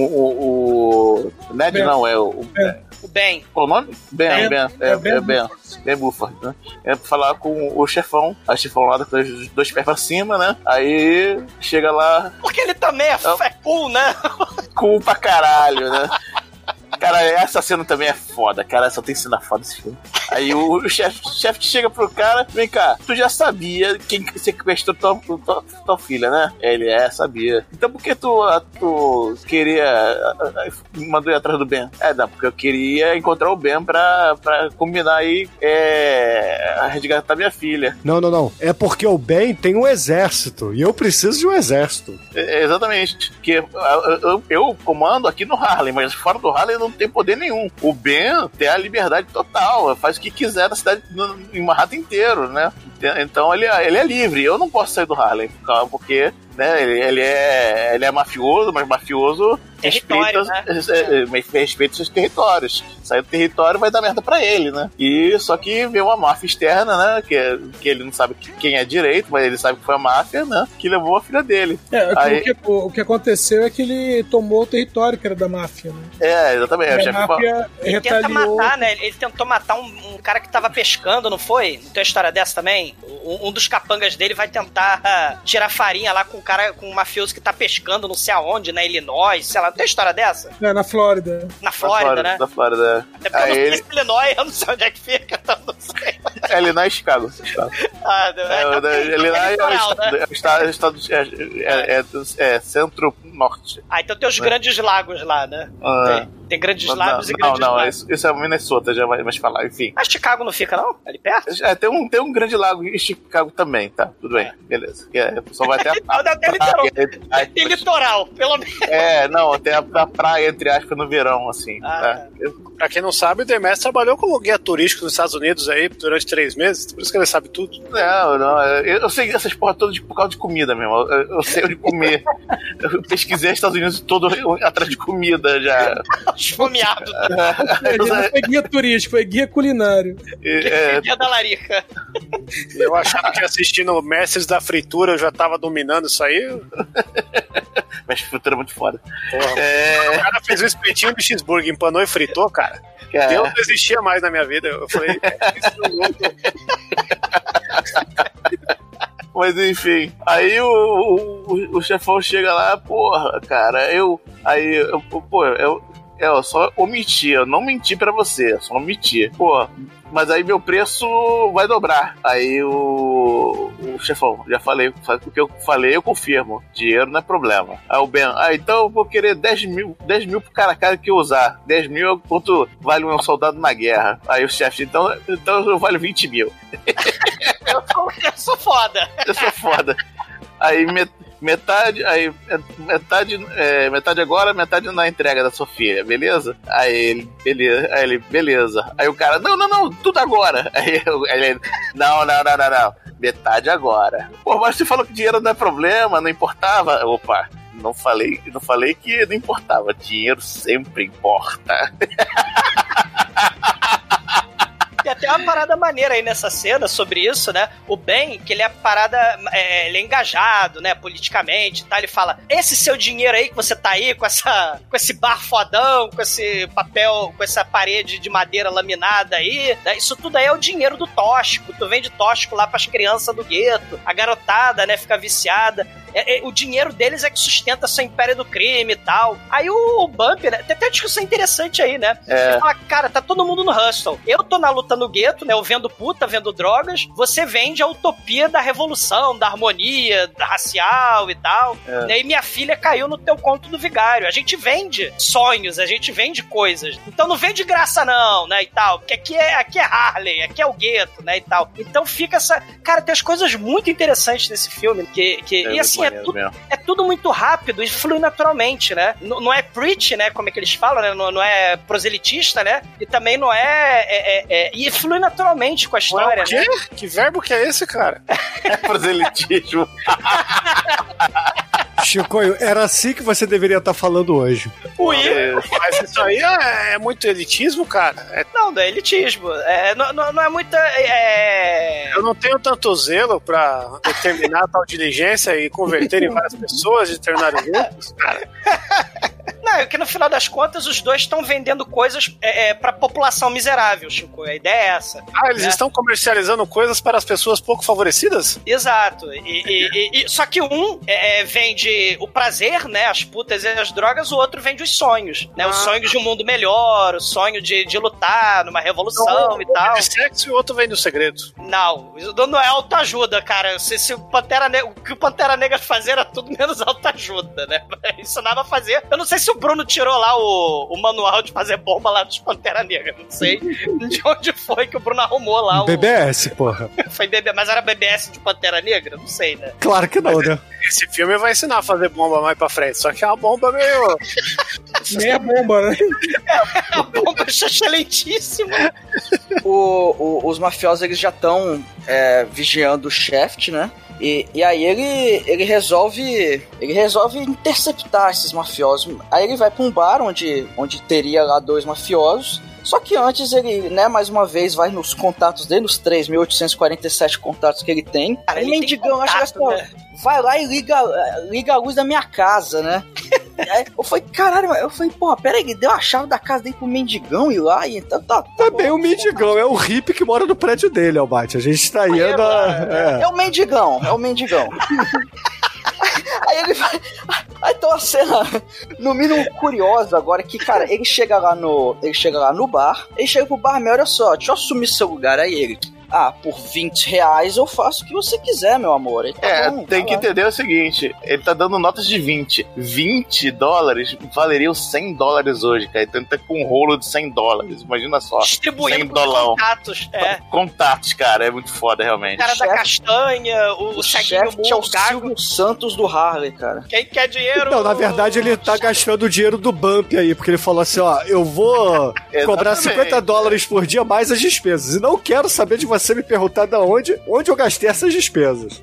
o Ned, Ben. Não, é o... O Ben. Qual o nome? Ben. Ben Buford, né? É pra falar com o chefão. Aí o chefão lá com os dois pés pra cima, né? Aí chega lá... Porque ele também é cool, né? Cool pra caralho, né? Cara, essa cena também é foda, cara. Só tem cena foda esse filme. Aí o chefe chega pro cara, vem cá, tu já sabia quem sequestrou tua filha, né? Ele sabia. Então por que tu queria mandou ir atrás do Ben? Não, porque eu queria encontrar o Ben pra combinar aí a resgatar minha filha. Não. É porque o Ben tem um exército e eu preciso de um exército. Exatamente. Porque eu comando aqui no Harlem, mas fora do Harlem não tem poder nenhum. O Ben tem a liberdade total, faz o que quiser na cidade, em Manhattan inteiro, né? Então ele é livre. Eu não posso sair do Harlem, porque né, ele é mafioso, mas mafioso respeita seus territórios. Sair do território vai dar merda pra ele, né? E só que vem uma máfia externa, né? Que ele não sabe quem é direito, mas ele sabe que foi a máfia, né? Que levou a filha dele. O que aconteceu é que ele tomou o território que era da máfia, né? Exatamente. A máfia ele tenta matar, né? Ele tentou matar um cara que tava pescando, não foi? Não tem uma história dessa também? Um dos capangas dele vai tentar tirar farinha lá com um cara, com um mafioso que tá pescando não sei aonde, na Illinois, sei lá. Não tem história dessa? Na Flórida. Na Flórida, né? Na Flórida. Até porque eu não sei se Illinois, eu não sei onde é que fica, então não sei. Illinois e Chicago. Illinois é centro-norte. Então tem os grandes lagos lá, né? Tem grandes lábios e grandes lábios. Isso é Minnesota, já vai mais falar, enfim. Mas Chicago não fica, não? Ali perto? Tem um grande lago em Chicago também, tá? Tudo bem, beleza. Só vai ter tem litoral, pelo menos. Tem a praia, entre aspas, no verão, assim. Tá? Pra quem não sabe, o Demetrio trabalhou como guia turístico nos Estados Unidos aí durante 3 meses, por isso que ele sabe tudo. Não, eu sei essas porra todas por causa de comida mesmo. Eu sei onde comer. Eu pesquisei os Estados Unidos todo atrás de comida já. Esfomeado. Ele não foi guia turístico, foi guia culinário. Guia da larica. Eu achava que assistindo Mestres da Fritura eu já tava dominando isso aí. Mestre da Fritura é muito foda. O cara fez um espetinho de cheeseburger, empanou e fritou, cara. Deus não existia mais na minha vida. Eu falei, isso não louco. Mas enfim, aí o chefão chega lá, porra, cara, eu só omiti, eu não menti pra você, eu só omiti. Pô, mas aí meu preço vai dobrar. Aí o chefão, já falei, o que eu falei eu confirmo, dinheiro não é problema. Aí o Ben, então eu vou querer 10 mil pro cara que eu usar. 10 mil é quanto vale um soldado na guerra. Aí o chefe, então eu valho 20 mil. Eu sou foda. Eu sou foda. Aí metade agora, metade na entrega da sua filha, beleza? Aí ele, beleza. Aí o cara, não, tudo agora. Aí ele, não, metade agora. Pô, mas você falou que dinheiro não é problema, não importava. Opa, não falei que não importava. Dinheiro sempre importa. Tem até uma parada maneira aí nessa cena sobre isso, né? O Ben, que ele é ele é engajado, né, politicamente, tá? Ele fala, esse seu dinheiro aí que você tá aí com esse bar fodão, com esse papel, com essa parede de madeira laminada aí, né? Isso tudo aí é o dinheiro do tóxico. Tu vende tóxico lá pras crianças do gueto. A garotada, né, fica viciada. O dinheiro deles é que sustenta seu império do crime e tal. Aí o Bump, né? Tem até uma discussão interessante aí, né? Ele fala, cara, tá todo mundo no hustle. Eu tô na luta no gueto, né? Eu vendo puta, vendo drogas. Você vende a utopia da revolução, da harmonia, da racial e tal. Né? E minha filha caiu no teu conto do vigário. A gente vende sonhos, a gente vende coisas. Então não vende graça não, né? E tal. Porque aqui é Harley, aqui é o gueto, né? E tal. Então fica essa... Cara, tem as coisas muito interessantes nesse filme. E assim, é tudo muito rápido e flui naturalmente, né? Não é preach, né? Como é que eles falam, né? Não é proselitista, né? E também não e flui naturalmente com a história, né? Que verbo que é esse, cara? É proselitismo. Chicoio, era assim que você deveria estar falando hoje. Mas isso aí é muito elitismo, cara. Não é elitismo. Não é muita... Eu não tenho tanto zelo pra determinar tal diligência e converter em várias pessoas de determinados grupos, cara. Não, é que no final das contas os dois estão vendendo coisas pra população miserável, Chico. A ideia é essa. Eles estão comercializando coisas para as pessoas pouco favorecidas? Exato. Só que um vende o prazer, né, as putas e as drogas, o outro vende os sonhos, né, os sonhos de um mundo melhor, o sonho de lutar numa revolução e tal. Um vende sexo e o outro vende o segredo. Não, isso não é autoajuda, cara. Se o que o Pantera Negra fazia era tudo menos autoajuda, né? Ensinava a fazer. Eu não sei se o Bruno tirou lá o manual de fazer bomba lá dos Pantera Negra. Não sei de onde foi que o Bruno arrumou lá. BBS, porra. Foi BBS, mas era BBS de Pantera Negra? Não sei, né? Claro que não, né? Esse filme vai ensinar a fazer bomba mais pra frente, só que é uma bomba meio... Meia bomba, né? É uma bomba excelentíssima. Os mafiosos, eles já estão vigiando o Shaft, né? E aí ele resolve interceptar esses mafiosos. Aí ele vai pra um bar onde teria lá 2 mafiosos. Só que antes ele, né, mais uma vez, vai nos contatos dele, nos 3.847 contatos que ele tem. Cara, ele mendigão, acho que vai lá e liga a luz da minha casa, né? Aí eu falei, caralho, porra, peraí, ele deu a chave da casa dele pro mendigão ir lá e então tá também bom, o mendigão, é o hippie que mora no prédio dele, Albate. A gente tá indo É o mendigão. Aí ele vai... Aí tem uma cena, no mínimo, curiosa agora, que, cara, ele chega lá no bar, ele chega pro barman, olha só, deixa eu assumir seu lugar, aí ele... por R$20 eu faço o que você quiser, meu amor. Bom, tem que entender o seguinte, ele tá dando notas de 20. $20 valeriam $100 hoje, cara. Então ele tá com um rolo de $100. Imagina só. Distribuindo com contatos. Contatos, cara. É muito foda, realmente. O cara da castanha, o ceguinho é o Silvio Santos do Harley, cara. Quem quer dinheiro? Não, na verdade ele tá gastando o dinheiro do Bump aí, porque ele falou assim, ó, eu vou cobrar $50 por dia mais as despesas. E não quero saber de você me perguntar onde eu gastei essas despesas.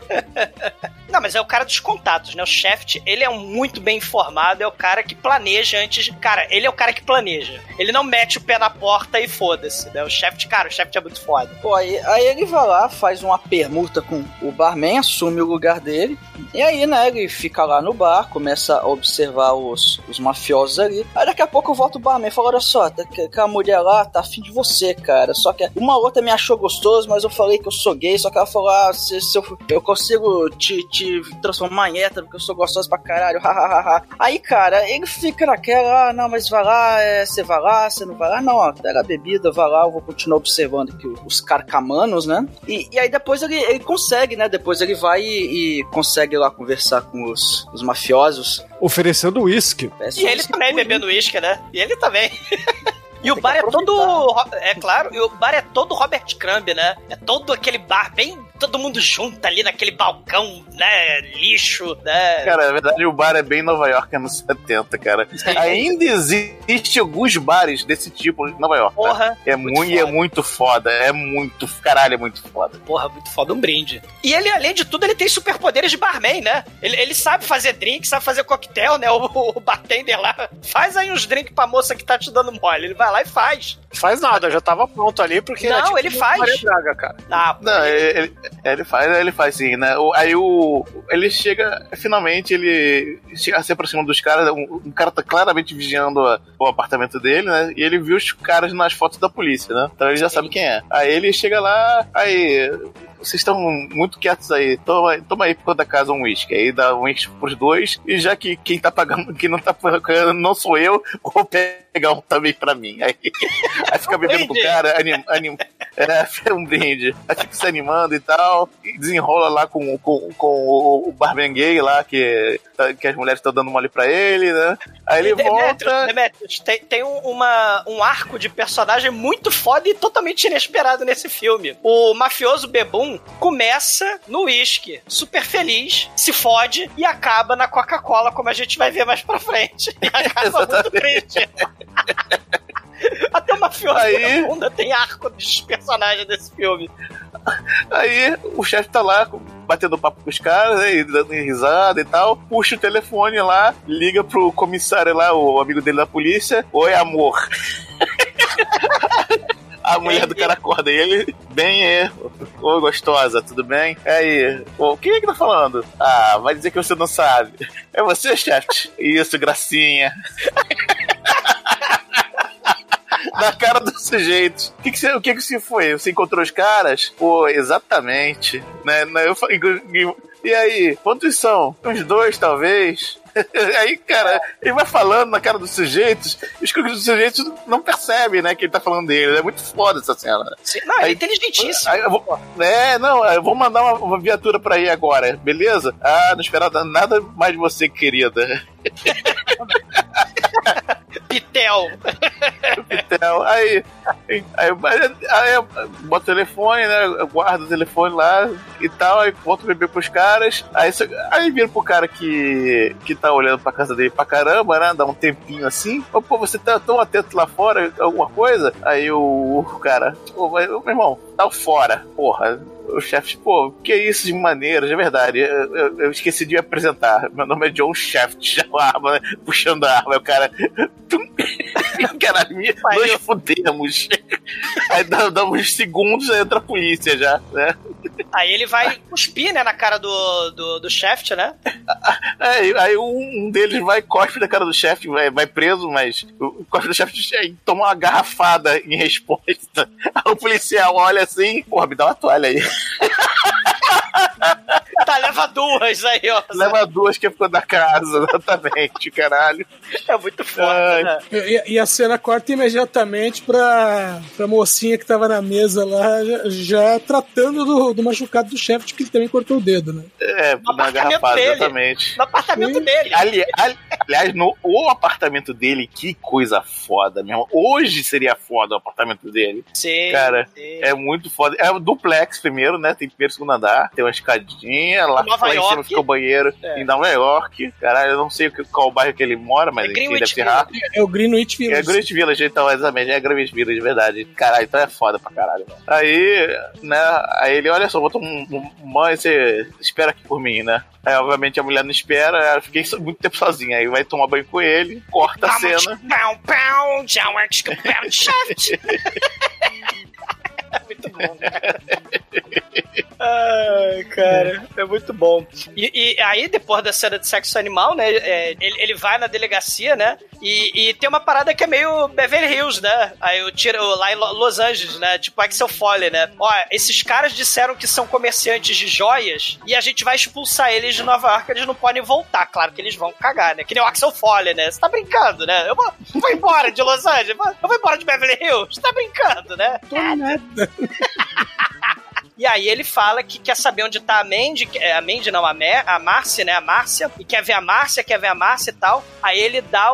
Não, mas é o cara dos contatos, né? O Shaft, ele é muito bem informado, é o cara que planeja antes de... Cara, ele é o cara que planeja. Ele não mete o pé na porta e foda-se, né? O Shaft é muito foda. Pô, aí ele vai lá, faz uma permuta com o barman, assume o lugar dele, e aí, né, ele fica lá no bar, começa a observar os mafiosos ali. Aí daqui a pouco volta o barman e fala, olha só, aquela mulher lá tá afim de você, cara. Só que uma outra me achou gostoso, mas eu falei que eu sou gay, só que ela falou, se eu consigo te transformar em hétero, porque eu sou gostoso pra caralho, hahaha. Aí, cara, ele fica naquela, não, mas vai lá, você vai lá, você não vai lá, não, ó, pega a bebida, vai lá, eu vou continuar observando aqui os carcamanos, né? E aí depois ele consegue, né? Depois ele vai e consegue lá conversar com os mafiosos. Oferecendo uísque. E ele também bebendo uísque, né? E ele também. E o bar é todo... É claro, e o bar é todo Robert Crumb, né? É todo aquele bar bem... Todo mundo junto ali naquele balcão, né? Lixo, né? Cara, na verdade o bar é bem Nova York anos 70, cara. Ainda existe alguns bares desse tipo em Nova York. Porra. É muito foda. É muito... Caralho, é muito foda. Porra, muito foda. Um brinde. E ele, além de tudo, ele tem superpoderes de barman, né? Ele sabe fazer drink, sabe fazer coquetel, né? O bartender lá. Faz aí uns drinks pra moça que tá te dando mole. Ele vai lá e faz. Faz nada, já tava pronto ali, porque... Não, tipo ele faz. Maria Braga, cara. Não, ele faz sim, né? Aí ele chega, finalmente, ele chega, se aproxima dos caras, um cara tá claramente vigiando o apartamento dele, né? E ele viu os caras nas fotos da polícia, né? Então ele já sabe quem é. Aí ele chega lá, aí... Vocês estão muito quietos aí, toma aí por da casa um uísque. Aí dá um uísque pros dois, e já que quem tá pagando, quem não tá pagando não sou eu, vou pegar um também pra mim. Aí fica bebendo com o cara, um brinde. Aí fica se animando e tal, e desenrola lá com o barman gay lá, que as mulheres estão dando mole pra ele, né? Aí ele volta... Demetrius, tem um arco de personagem muito foda e totalmente inesperado nesse filme. O mafioso bebum começa no uísque, super feliz, se fode e acaba na Coca-Cola, como a gente vai ver mais pra frente. E acaba muito triste. Até o mafioso bunda tem arco dos personagens desse filme. Aí o chefe tá lá batendo papo com os caras, né, dando risada e tal, puxa o telefone lá, liga pro comissário lá, o amigo dele da polícia. Oi, amor. A mulher do cara acorda ele, oi, gostosa, tudo bem? Aí, quem é que tá falando? Vai dizer que você não sabe. É você, chefe? Isso, gracinha. Na cara do sujeito. O que você foi? Você encontrou os caras? Pô, exatamente. Né? E aí, quantos são? Uns 2, talvez. Aí, cara, ele vai falando na cara dos sujeitos, e os sujeitos não percebem, né, que ele tá falando dele. É muito foda essa cena. Não, é inteligentíssimo. Eu vou mandar uma viatura pra ir agora, beleza? Não esperava nada mais de você, querida. Pitel. Aí eu boto o telefone, né? Eu guardo o telefone lá e tal, aí volto a beber pros caras. Aí vira pro cara que tá olhando pra casa dele pra caramba, né? Dá um tempinho assim. Pô, você tá tão atento lá fora, alguma coisa? Aí o cara, meu irmão, tá fora, porra. O chefe, pô, que é isso de maneira, de verdade. Eu esqueci de me apresentar. Meu nome é John Shaft, arma, puxando a arma. Aí o cara. Caralho, nós fudemos. Aí dá uns segundos, aí entra a polícia já, né? Aí ele vai cuspir, né, na cara do Shaft, né? Aí um deles vai cospe na cara do chefe, vai preso, mas o cospe do chefe toma uma garrafada em resposta. Aí o policial olha assim, porra, me dá uma toalha aí. Tá, leva Leva duas aí, ó. Leva duas que ficou da casa, exatamente, caralho. É muito foda, né? E a cena corta imediatamente pra mocinha que tava na mesa lá, já tratando do machucado do chefe, que ele também cortou o dedo, né? Na garrafada, exatamente. No apartamento dele. Aliás, o apartamento dele, que coisa foda mesmo. Hoje seria foda o apartamento dele. Sim. Cara, é muito foda. É o duplex primeiro, né? Tem primeiro e segundo andar, tem uma escadinha, lá em cima fica o banheiro em Nova York. Caralho, eu não sei qual bairro que ele mora, mas ele deve ser rápido. É o Greenwich Village. É o Greenwich Village, então, exatamente. É Greenwich Village, de verdade. Caralho, então é foda pra caralho, mano. Aí, né? Aí ele, olha só, botou mãe, você espera aqui por mim, né? Aí, obviamente, a mulher não espera, ela fiquei muito tempo sozinha. Aí vai tomar banho com ele, corta a cena. É muito bom, cara. Ai, cara, é muito bom. E aí, depois da cena de sexo animal, né, ele vai na delegacia, né, e tem uma parada que é meio Beverly Hills, né, aí eu tiro lá em Los Angeles, né, tipo Axel Foley, né, ó, esses caras disseram que são comerciantes de joias e a gente vai expulsar eles de Nova York, eles não podem voltar, claro que eles vão cagar, né, que nem o Axel Foley, né, você tá brincando, né, eu vou embora de Los Angeles, eu vou embora de Beverly Hills, você tá brincando, né. Tô nada. E aí ele fala que quer saber onde tá a Mandy, a Márcia, né, a Márcia, e quer ver a Márcia e tal. Aí ele dá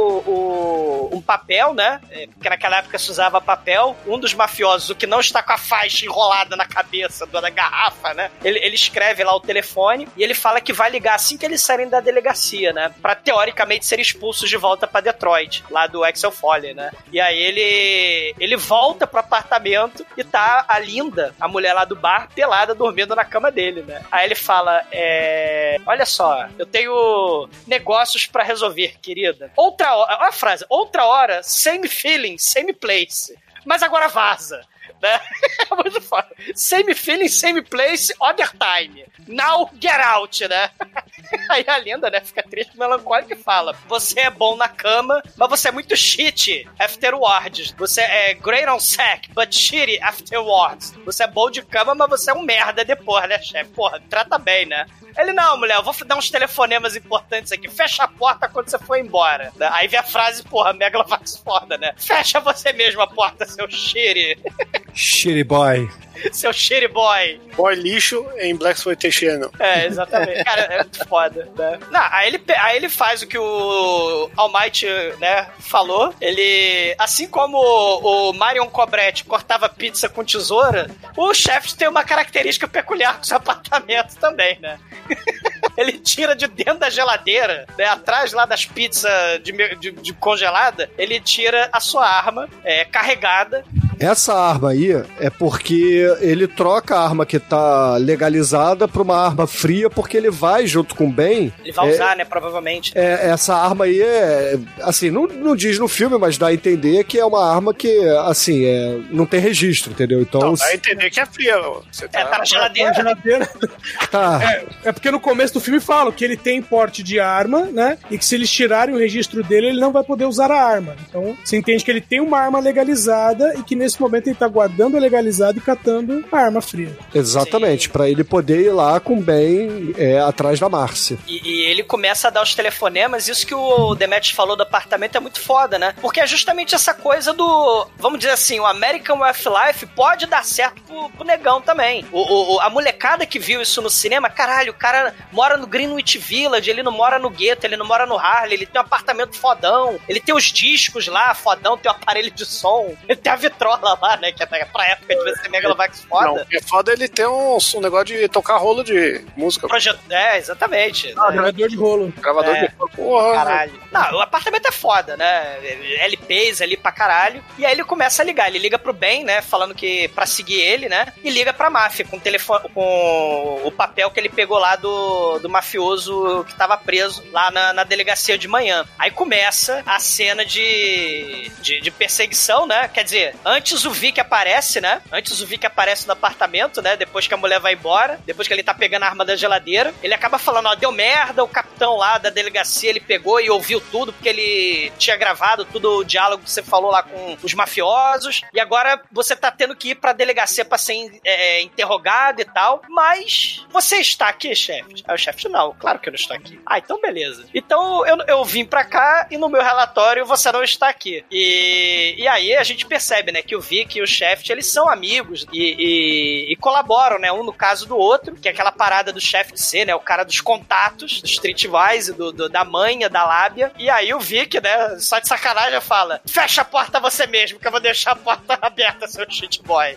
um papel, né, porque naquela época se usava papel. Um dos mafiosos, o que não está com a faixa enrolada na cabeça da garrafa, né, ele escreve lá o telefone e ele fala que vai ligar assim que eles saírem da delegacia, né, pra teoricamente serem expulsos de volta pra Detroit, lá do Axel Foley, né. E aí ele volta pro apartamento e tá a Linda, a mulher lá do bar, pelada, dormindo na cama dele, né? Aí ele fala, olha só, eu tenho negócios pra resolver, querida. Outra hora, olha a frase, outra hora, same feeling, same place. Mas agora vaza, né? É muito foda. Same feeling, same place, other time. Now get out, né? Aí a Linda, né, fica triste, melancólica e fala: você é bom na cama, mas você é muito shit afterwards. Você é great on sack, but shitty afterwards. Você é bom de cama, mas você é um merda depois, né, chefe? Porra, trata bem, né? Ele, não, mulher, eu vou dar uns telefonemas importantes aqui. Fecha a porta quando você for embora. Aí vem a frase, porra, Megalovax foda, né? Fecha você mesmo a porta, seu shitty. Shitty boy. Seu shitty boy. Boy lixo em Blaxploitation. É, exatamente. Cara, é muito foda, né? Não, aí ele faz o que o Almighty, né, falou. Ele, assim como o Marion Cobretti cortava pizza com tesoura, o chefe tem uma característica peculiar com seu apartamento também, né? Ele tira de dentro da geladeira, né, atrás lá das pizzas de congelada, ele tira a sua arma carregada. Essa arma aí é porque ele troca a arma que tá legalizada pra uma arma fria, porque ele vai junto com o Ben. Ele vai usar, né, provavelmente. Essa arma aí assim, não diz no filme, mas dá a entender que é uma arma que, assim, não tem registro, entendeu? Então, não, dá a entender que é fria. Você tá na geladeira. Tá. É porque no começo do filme falam que ele tem porte de arma, né? E que se eles tirarem o registro dele, ele não vai poder usar a arma. Então, você entende que ele tem uma arma legalizada e que nesse momento ele tá guardando a legalizada e catando a arma fria. Exatamente, pra ele poder ir lá com o Ben atrás da Márcia. E ele começa a dar os telefonemas. Isso que o Demetrius falou do apartamento é muito foda, né? Porque é justamente essa coisa do, vamos dizer assim, o American Wildlife pode dar certo pro negão também. A molecada que viu isso no cinema, caralho, o cara mora no Greenwich Village, ele não mora no gueto, ele não mora no Harley, ele tem um apartamento fodão, ele tem os discos lá, fodão, tem um aparelho de som, ele tem a vitrola lá, né, que pra época devia ser Megalovax foda. Não, é foda ele ter um negócio de tocar rolo de música. Exatamente. Gravador de rolo. Gravador de rolo. Porra. Caralho. Não, o apartamento é foda, né, LPs ali pra caralho, e aí ele começa a ligar, ele liga pro Ben, né, falando que pra seguir ele, né, e liga pra máfia com o telefone, com o papel que ele pegou lá do mafioso que tava preso lá na delegacia de manhã. Aí começa a cena de perseguição, né? Quer dizer, antes antes o Vic aparece, né? Antes o Vic aparece no apartamento, né? Depois que a mulher vai embora, depois que ele tá pegando a arma da geladeira, ele acaba falando, ó, deu merda, o capitão lá da delegacia, ele pegou e ouviu tudo, porque ele tinha gravado tudo o diálogo que você falou lá com os mafiosos, e agora você tá tendo que ir pra delegacia pra ser interrogado e tal, mas você está aqui, chefe? Aí o chefe, não, claro que eu não estou aqui. Ah, então beleza. Então eu vim pra cá e no meu relatório você não está aqui. E aí a gente percebe, né, que o Vic e o chefe, eles são amigos e colaboram, né, um no caso do outro, que é aquela parada do chefe de ser, né, o cara dos contatos, do streetwise, da manha, da lábia. E aí o Vic, né, só de sacanagem fala, fecha a porta você mesmo, que eu vou deixar a porta aberta, seu shit boy.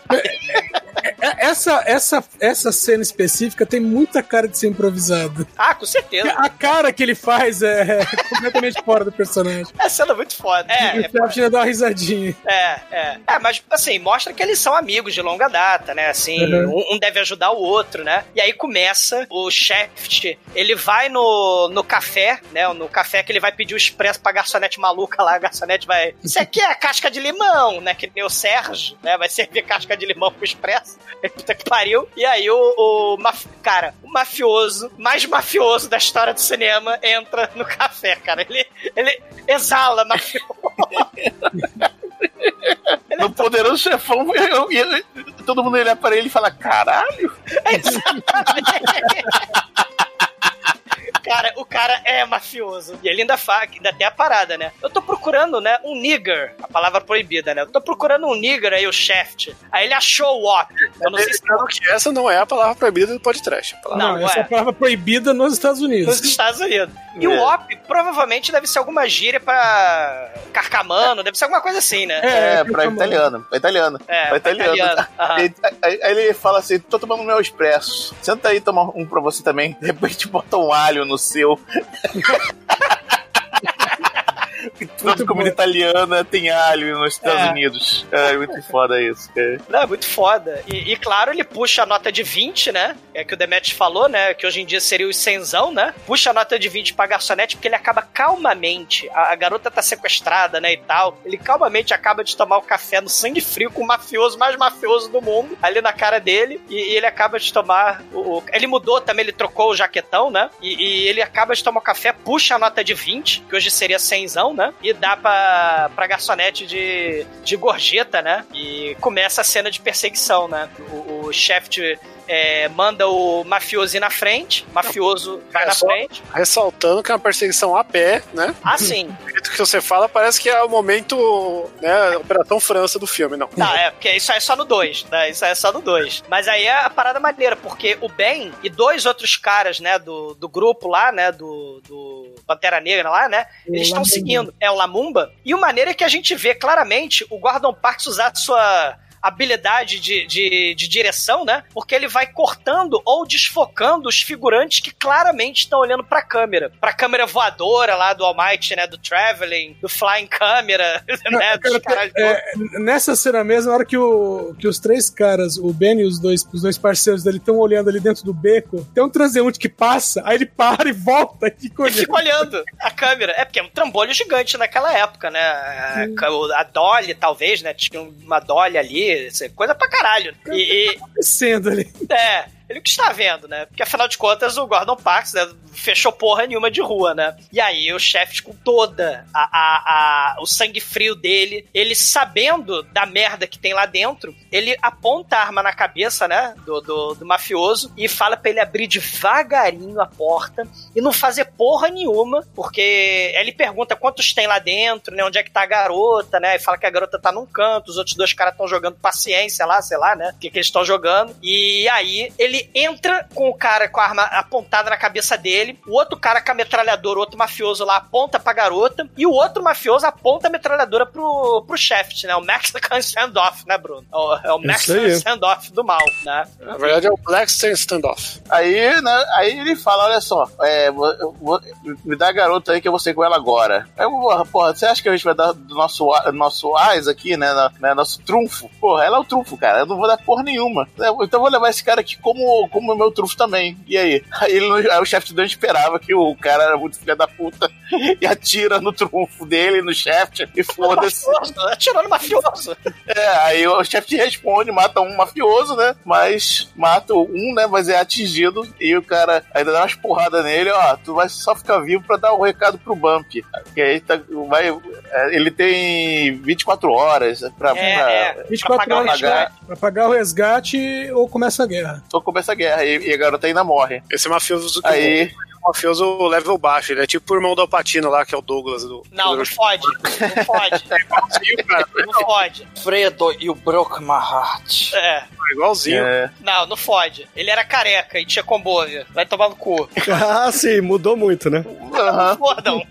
Essa cena específica tem muita cara de ser improvisada. Ah, com certeza. A cara que ele faz é completamente fora do personagem. É cena muito foda. E o chefe dá uma risadinha. Mas, assim, mostra que eles são amigos de longa data, né? Assim, um deve ajudar o outro, né? E aí começa o chefe, ele vai no café, né? No café que ele vai pedir o expresso pra garçonete maluca lá. A garçonete vai... Isso aqui é casca de limão, né? Que nem o Sérgio, né? Vai servir casca de limão pro expresso. Puta que pariu. E aí o mafioso, mais mafioso da história do cinema, entra no café, cara. Ele exala mafioso. No Poderoso Chefão, todo mundo olha pra ele e fala, caralho? Cara, o cara é mafioso. E ele ainda tem a parada, né? Eu tô procurando, né, um nigger. A palavra proibida, né? Eu tô procurando um nigger aí, o Shaft. Aí ele achou o op. Eu não sei se... que essa não é a palavra proibida do podcast. Não, essa é a palavra proibida nos Estados Unidos. Nos Estados Unidos. E o op provavelmente deve ser alguma gíria pra carcamano, deve ser alguma coisa assim, né? Pra italiano. Pra italiano. Pra italiano. Aí ele fala assim, tô tomando meu expresso. Senta aí, toma um pra você também. De repente bota um alho no seu. Toda comida italiana tem alho nos Estados Unidos. É muito foda isso. Não, é muito foda. E claro, ele puxa a nota de 20, né? É que o Demet falou, né? Que hoje em dia seria o 100zão, né? Puxa a nota de 20 pra garçonete porque ele acaba calmamente. A garota tá sequestrada, né? E tal. Ele calmamente acaba de tomar o café no sangue frio com o mafioso mais mafioso do mundo ali na cara dele. E ele acaba de tomar ele mudou também, ele trocou o jaquetão, né? E ele acaba de tomar o café, puxa a nota de 20, que hoje seria 100zão, né? E dá pra garçonete de gorjeta, né? E começa a cena de perseguição, né? O chefe manda o mafioso ir na frente, o mafioso vai na frente. Ressaltando que é uma perseguição a pé, né? Ah, sim. Do jeito que você fala, parece que é o momento, né, Operação França do filme, não. Tá, porque isso é só no 2, né? Isso é só no 2. Mas aí é a parada maneira, porque o Ben e dois outros caras, né, do grupo lá, né, do Pantera Negra lá, né, eles estão seguindo. É o Lamumba. E o maneiro é que a gente vê claramente o Gordon Parks usar a sua habilidade de direção, né? Porque ele vai cortando ou desfocando os figurantes que claramente estão olhando pra câmera voadora lá do All Might, né? Do Traveling, do Flying Camera, né? Dos caras nessa cena mesmo, na hora que os três caras, o Ben e os dois parceiros dele estão olhando ali dentro do beco, tem um transeunte que passa, aí ele para e volta e fica olhando a câmera. É porque é um trambolho gigante naquela época, né? A Dolly, talvez, né? Tinha uma Dolly ali, coisa pra caralho. E acontecendo ali. Ele que está vendo, né? Porque afinal de contas o Gordon Parks, né, fechou porra nenhuma de rua, né? E aí o chefe com toda o sangue frio dele, ele sabendo da merda que tem lá dentro, ele aponta a arma na cabeça, né, do mafioso e fala pra ele abrir devagarinho a porta e não fazer porra nenhuma, porque ele pergunta quantos tem lá dentro, né, onde é que tá a garota, né, e fala que a garota tá num canto, os outros dois caras estão jogando paciência lá, sei lá, né, o que eles estão jogando, e aí ele entra com o cara com a arma apontada na cabeça dele, o outro cara com a metralhadora, o outro mafioso lá aponta pra garota, e o outro mafioso aponta a metralhadora pro Shaft, né? O Mexican Standoff, né, Bruno? É o Mexican Standoff do mal, né? Na verdade é o Black Standoff. Aí, né, aí ele fala, olha só, me dá a garota aí que eu vou ser com ela agora. Aí, porra, você acha que a gente vai dar do nosso AIS aqui, né, nosso trunfo? Porra, ela é o trunfo, cara, eu não vou dar porra nenhuma. Então eu vou levar esse cara aqui como como o meu trunfo também. E aí? Aí o chefe não esperava que o cara era muito filho da puta e atira no trunfo dele, no chefe, e foda-se. Atirou no mafioso. Aí o chefe responde, mata um mafioso, né? Mas mata um, né? Mas é atingido. E o cara ainda dá umas porradas nele, ó. Tu vai só ficar vivo pra dar um recado pro Bump. Que aí ele tem 24 horas pra 24 horas pra pagar o resgate ou começa a guerra. Ou começa a guerra. E a garota ainda morre. Esse mafioso aí... O mafioso level baixo, ele é tipo o irmão do Al Pacino lá, que é o Douglas. Não fode. Não fode. É igualzinho, cara. Não fode. Fredo, you broke my heart. É igualzinho. Não fode. Ele era careca e tinha combove. Vai tomar no cu. Ah, sim, mudou muito, né? Fodão.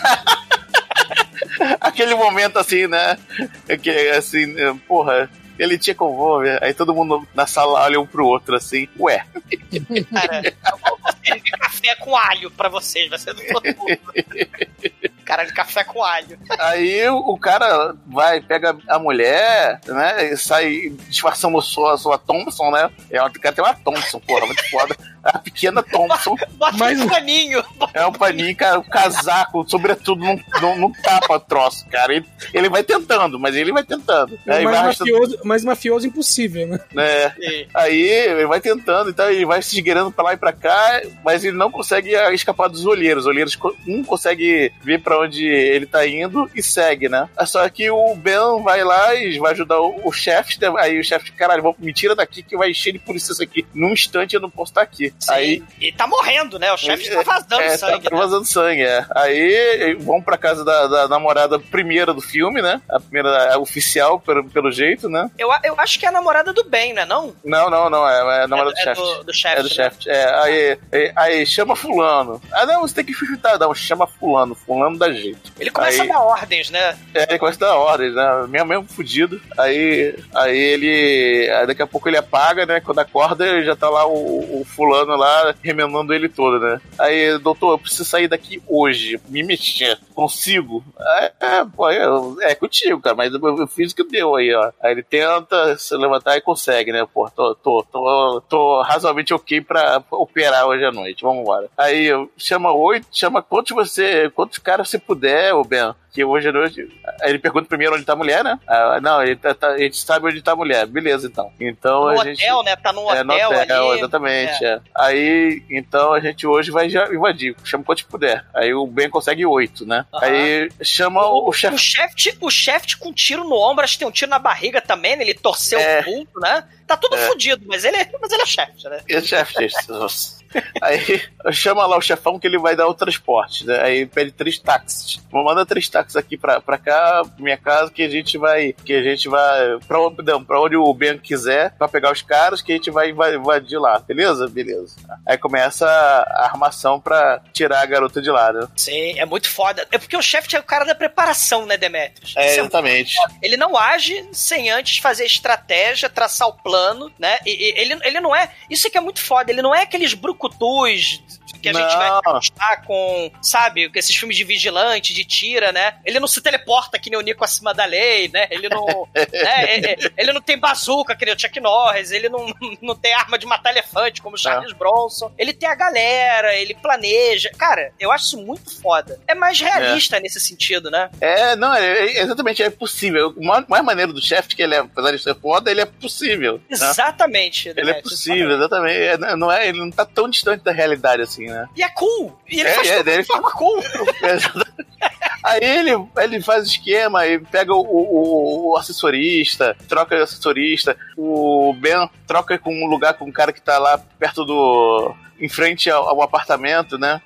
Aquele momento assim, né? Que assim, porra. Ele tinha convôvia, aí todo mundo na sala olha um pro outro assim, ué. Cara, eu vou servir café com alho pra vocês, vai ser do todo mundo. Cara de café com alho. Aí o cara pega a mulher, né, e sai disfarçando a sua Thompson, né? O cara tem uma Thompson, porra, muito foda. A pequena Thompson. Bota um paninho. É um paninho, cara, um casaco, sobretudo, não tapa o troço, cara. Ele vai tentando, mas ele vai tentando. Mas mafioso impossível, né? Aí ele vai tentando, então ele vai se esgueirando pra lá e pra cá, mas ele não consegue escapar dos olheiros. Os olheiros não consegue ver pra onde ele tá indo e segue, né? Só que o Ben vai lá e vai ajudar o chefe, aí o chefe, caralho, me tira daqui que vai encher de polícia isso aqui. Num instante eu não posso estar aqui. Sim. Aí, e tá morrendo, né? O chefe tá vazando sangue. Tá vazando sangue, Aí vão pra casa da namorada primeira do filme, né? A primeira oficial, pelo jeito, né? Eu acho que é a namorada do Ben, né? Não? Não, é a namorada do chefe. Do chefe. É do chefe. Aí chama fulano. Não, você tem que chutar. Não, chama fulano da jeito. Ele começa a dar ordens, né? Ele começa a dar ordens, né? Mesmo fudido. Aí ele... Daqui a pouco ele apaga, né? Quando acorda, já tá lá o fulano lá remendando ele todo, né? Aí, doutor, eu preciso sair daqui hoje. Me mexer. Consigo? É contigo, cara. Mas eu fiz o que deu aí, ó. Aí ele tenta se levantar e consegue, né? Pô, tô razoavelmente ok pra operar hoje à noite. Vamos embora. Aí chama quantos caras você puder, ô Ben. Que hoje à noite. Aí ele pergunta primeiro onde tá a mulher, né? Não, a gente sabe onde tá a mulher. Beleza, então. Então no a gente. Hotel, né? Tá no hotel ali. Exatamente. Aí, então a gente hoje vai já invadir. Chama quantos puder. Aí o Ben consegue 8, né? Aí chama o chefe. O chefe com um tiro no ombro, acho que tem um tiro na barriga também, né? Ele torceu o pulso, né? Tá tudo fudido, mas ele é chefe, né? Ele é chefe, gente. Aí chama lá o chefão que ele vai dar o transporte, né? Aí pede 3 táxis. Manda 3 táxis aqui pra cá, minha casa, que a gente vai pra onde o Ben quiser, pra pegar os caras, que a gente vai invadir lá, beleza? Beleza. Aí começa a armação pra tirar a garota de lá, né? Sim, é muito foda. É porque o chefe é o cara da preparação, né, Demetrius? Exatamente. Ele não age sem antes fazer estratégia, traçar o plano, né? E ele não é... Isso que é muito foda. Ele não é aqueles brucutus que a gente vai conquistar com, sabe, com esses filmes de vigilante, de tira, né? Ele não se teleporta que nem o Nico acima da lei, né? Ele não, ele não tem bazuca que nem o Chuck Norris, ele não tem arma de matar elefante como o Charles Bronson. Ele tem a galera, ele planeja. Cara, eu acho isso muito foda. É mais realista nesse sentido, né? Exatamente, é possível. O mais maneiro do chefe, que ele é, apesar de ser foda, ele é possível. Exatamente. Né? Ele é possível, exatamente. Ele não tá tão distante da realidade assim, né? E é cool! E ele faz tudo forma cool! Aí ele faz esquema e pega o assessorista, troca de assessorista, o Ben troca com um lugar com um cara que tá lá perto em frente ao apartamento, né?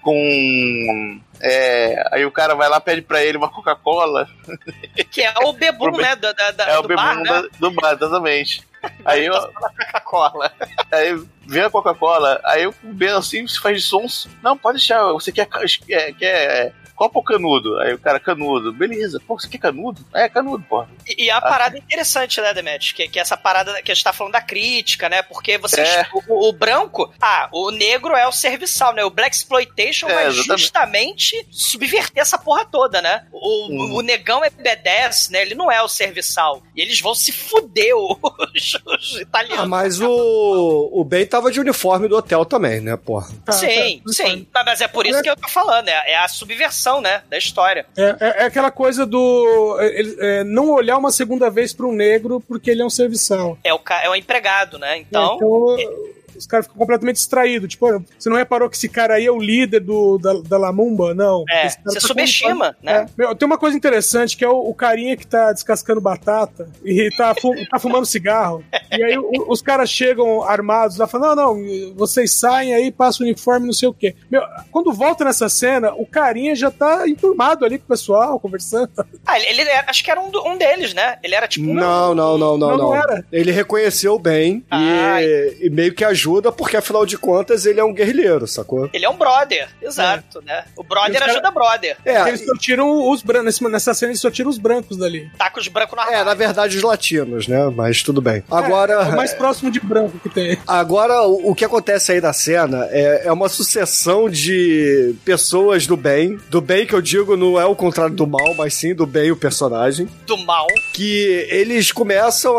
Aí o cara vai lá, pede pra ele uma Coca-Cola. Que é o bebum, né? O bebum do bar, exatamente. Aí Coca-Cola. Aí vem a Coca-Cola, aí o Ben assim se faz de sons. Não, pode deixar, você quer copo ou canudo? Aí o cara, canudo. Beleza, pô, você quer canudo? É, canudo, porra. E a parada interessante, né, Demet? Que essa parada que a gente tá falando da crítica, né? Porque vocês. O branco, o negro é o serviçal, né? O Blaxploitation vai justamente subverter essa porra toda, né? O negão é B10, né? Ele não é o serviçal. E eles vão se fuder, os italianos. Mas o Ben tava de uniforme do hotel também, né, porra? Sim. Mas é por isso que eu tô falando, é a subversão, né, da história. É aquela coisa do não olhar uma segunda vez para um negro porque ele é um serviçal. É o empregado, né? Então os caras ficam completamente distraídos. Tipo, você não reparou que esse cara aí é o líder da Lamumba? Não. Você subestima, né? Tem uma coisa interessante, que é o carinha que tá descascando batata e tá fumando cigarro. E aí os caras chegam armados lá, falam, não, vocês saem aí, passam o uniforme, não sei o quê. Quando volta nessa cena, o carinha já tá enturmado ali com o pessoal, conversando. Ele acho que era um deles, né? Ele era tipo... Não era. Ele reconheceu bem e meio que ajuda, porque afinal de contas ele é um guerrilheiro, sacou? Ele é um brother, exato, né? O brother ajuda brother. Eles só tiram os brancos, nessa cena eles só tiram os brancos dali. Tá com os brancos na armário. Na verdade os latinos, né? Mas tudo bem. Agora... É o mais próximo de branco que tem. Agora, o que acontece aí na cena é uma sucessão de pessoas do bem que eu digo não é o contrário do mal, mas sim do bem, o personagem. Do mal. Que eles começam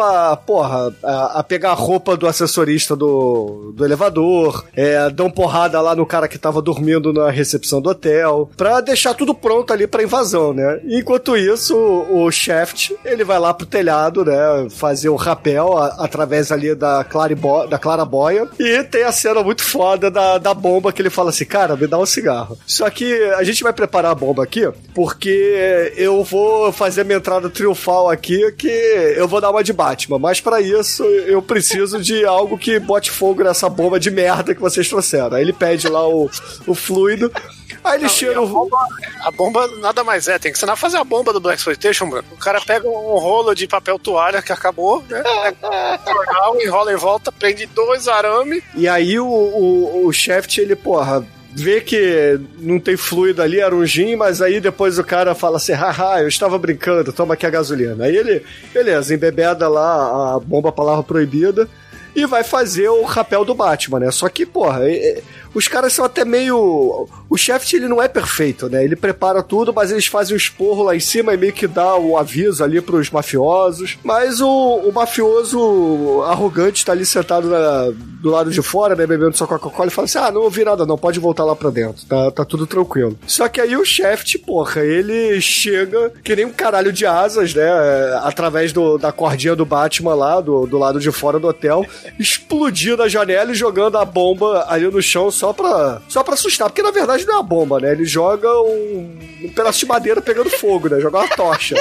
a pegar a roupa do assessorista do elevador, dão porrada lá no cara que tava dormindo na recepção do hotel, pra deixar tudo pronto ali pra invasão, né? Enquanto isso, o Shaft, ele vai lá pro telhado, né? Fazer o rapel através ali da claraboia, e tem a cena muito foda da bomba que ele fala assim, cara, me dá um cigarro. Só que a gente vai preparar a bomba aqui, porque eu vou fazer a minha entrada triunfal aqui, que eu vou dar uma de Batman, mas pra isso eu preciso de algo que bote fogo nessa bomba de merda que vocês trouxeram. Aí ele pede lá o fluido, aí ele cheira a bomba nada mais tem que ensinar a fazer a bomba do Blaxploitation, mano. O cara pega um rolo de papel toalha que acabou, né? Enrola em volta, prende 2 arames. E aí o Shaft, ele, vê que não tem fluido ali, era um gin, mas aí depois o cara fala assim, haha, eu estava brincando, toma aqui a gasolina. Aí ele, beleza, embebeda lá a bomba, palavra proibida, e vai fazer o rapel do Batman, né? Só que, os caras são até meio... O Shaft, ele não é perfeito, né? Ele prepara tudo, mas eles fazem um esporro lá em cima e meio que dá o aviso ali pros mafiosos. Mas o mafioso arrogante tá ali sentado do lado de fora, né? Bebendo sua Coca-Cola e fala assim, não ouvi nada não, pode voltar lá pra dentro, tá tudo tranquilo. Só que aí o Shaft, ele chega que nem um caralho de asas, né? Através da cordinha do Batman lá, do lado de fora do hotel, explodindo a janela e jogando a bomba ali no chão só pra assustar, porque na verdade não é uma bomba, né? Ele joga um pedaço de madeira pegando fogo, né? Joga uma tocha.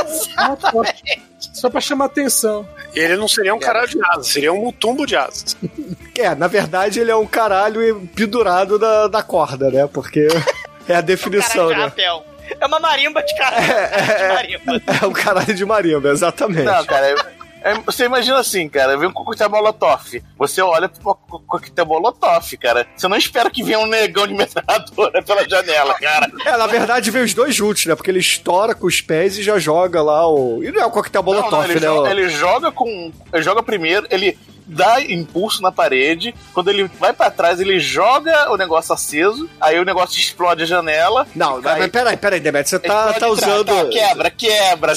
Só pra chamar atenção. Ele não seria um caralho de asas, seria um mutumbo de asas. Na verdade ele é um caralho pendurado da corda, né? Porque é a definição, né? Rapel. É uma marimba de caralho. É um caralho de marimba, exatamente. Não, cara, você imagina assim, cara, vem um coquetel molotov. Você olha pro coquetel molotov, cara. Você não espera que venha um negão de metralhadora pela janela, cara. Na verdade vem os dois juntos, né? Porque ele estoura com os pés e já joga lá o... E não é o coquetel molotov, né? Ele joga primeiro, ele dá impulso na parede, quando ele vai pra trás, ele joga o negócio aceso, aí o negócio explode a janela. Não, mas peraí, Demet, você tá usando... Quebra.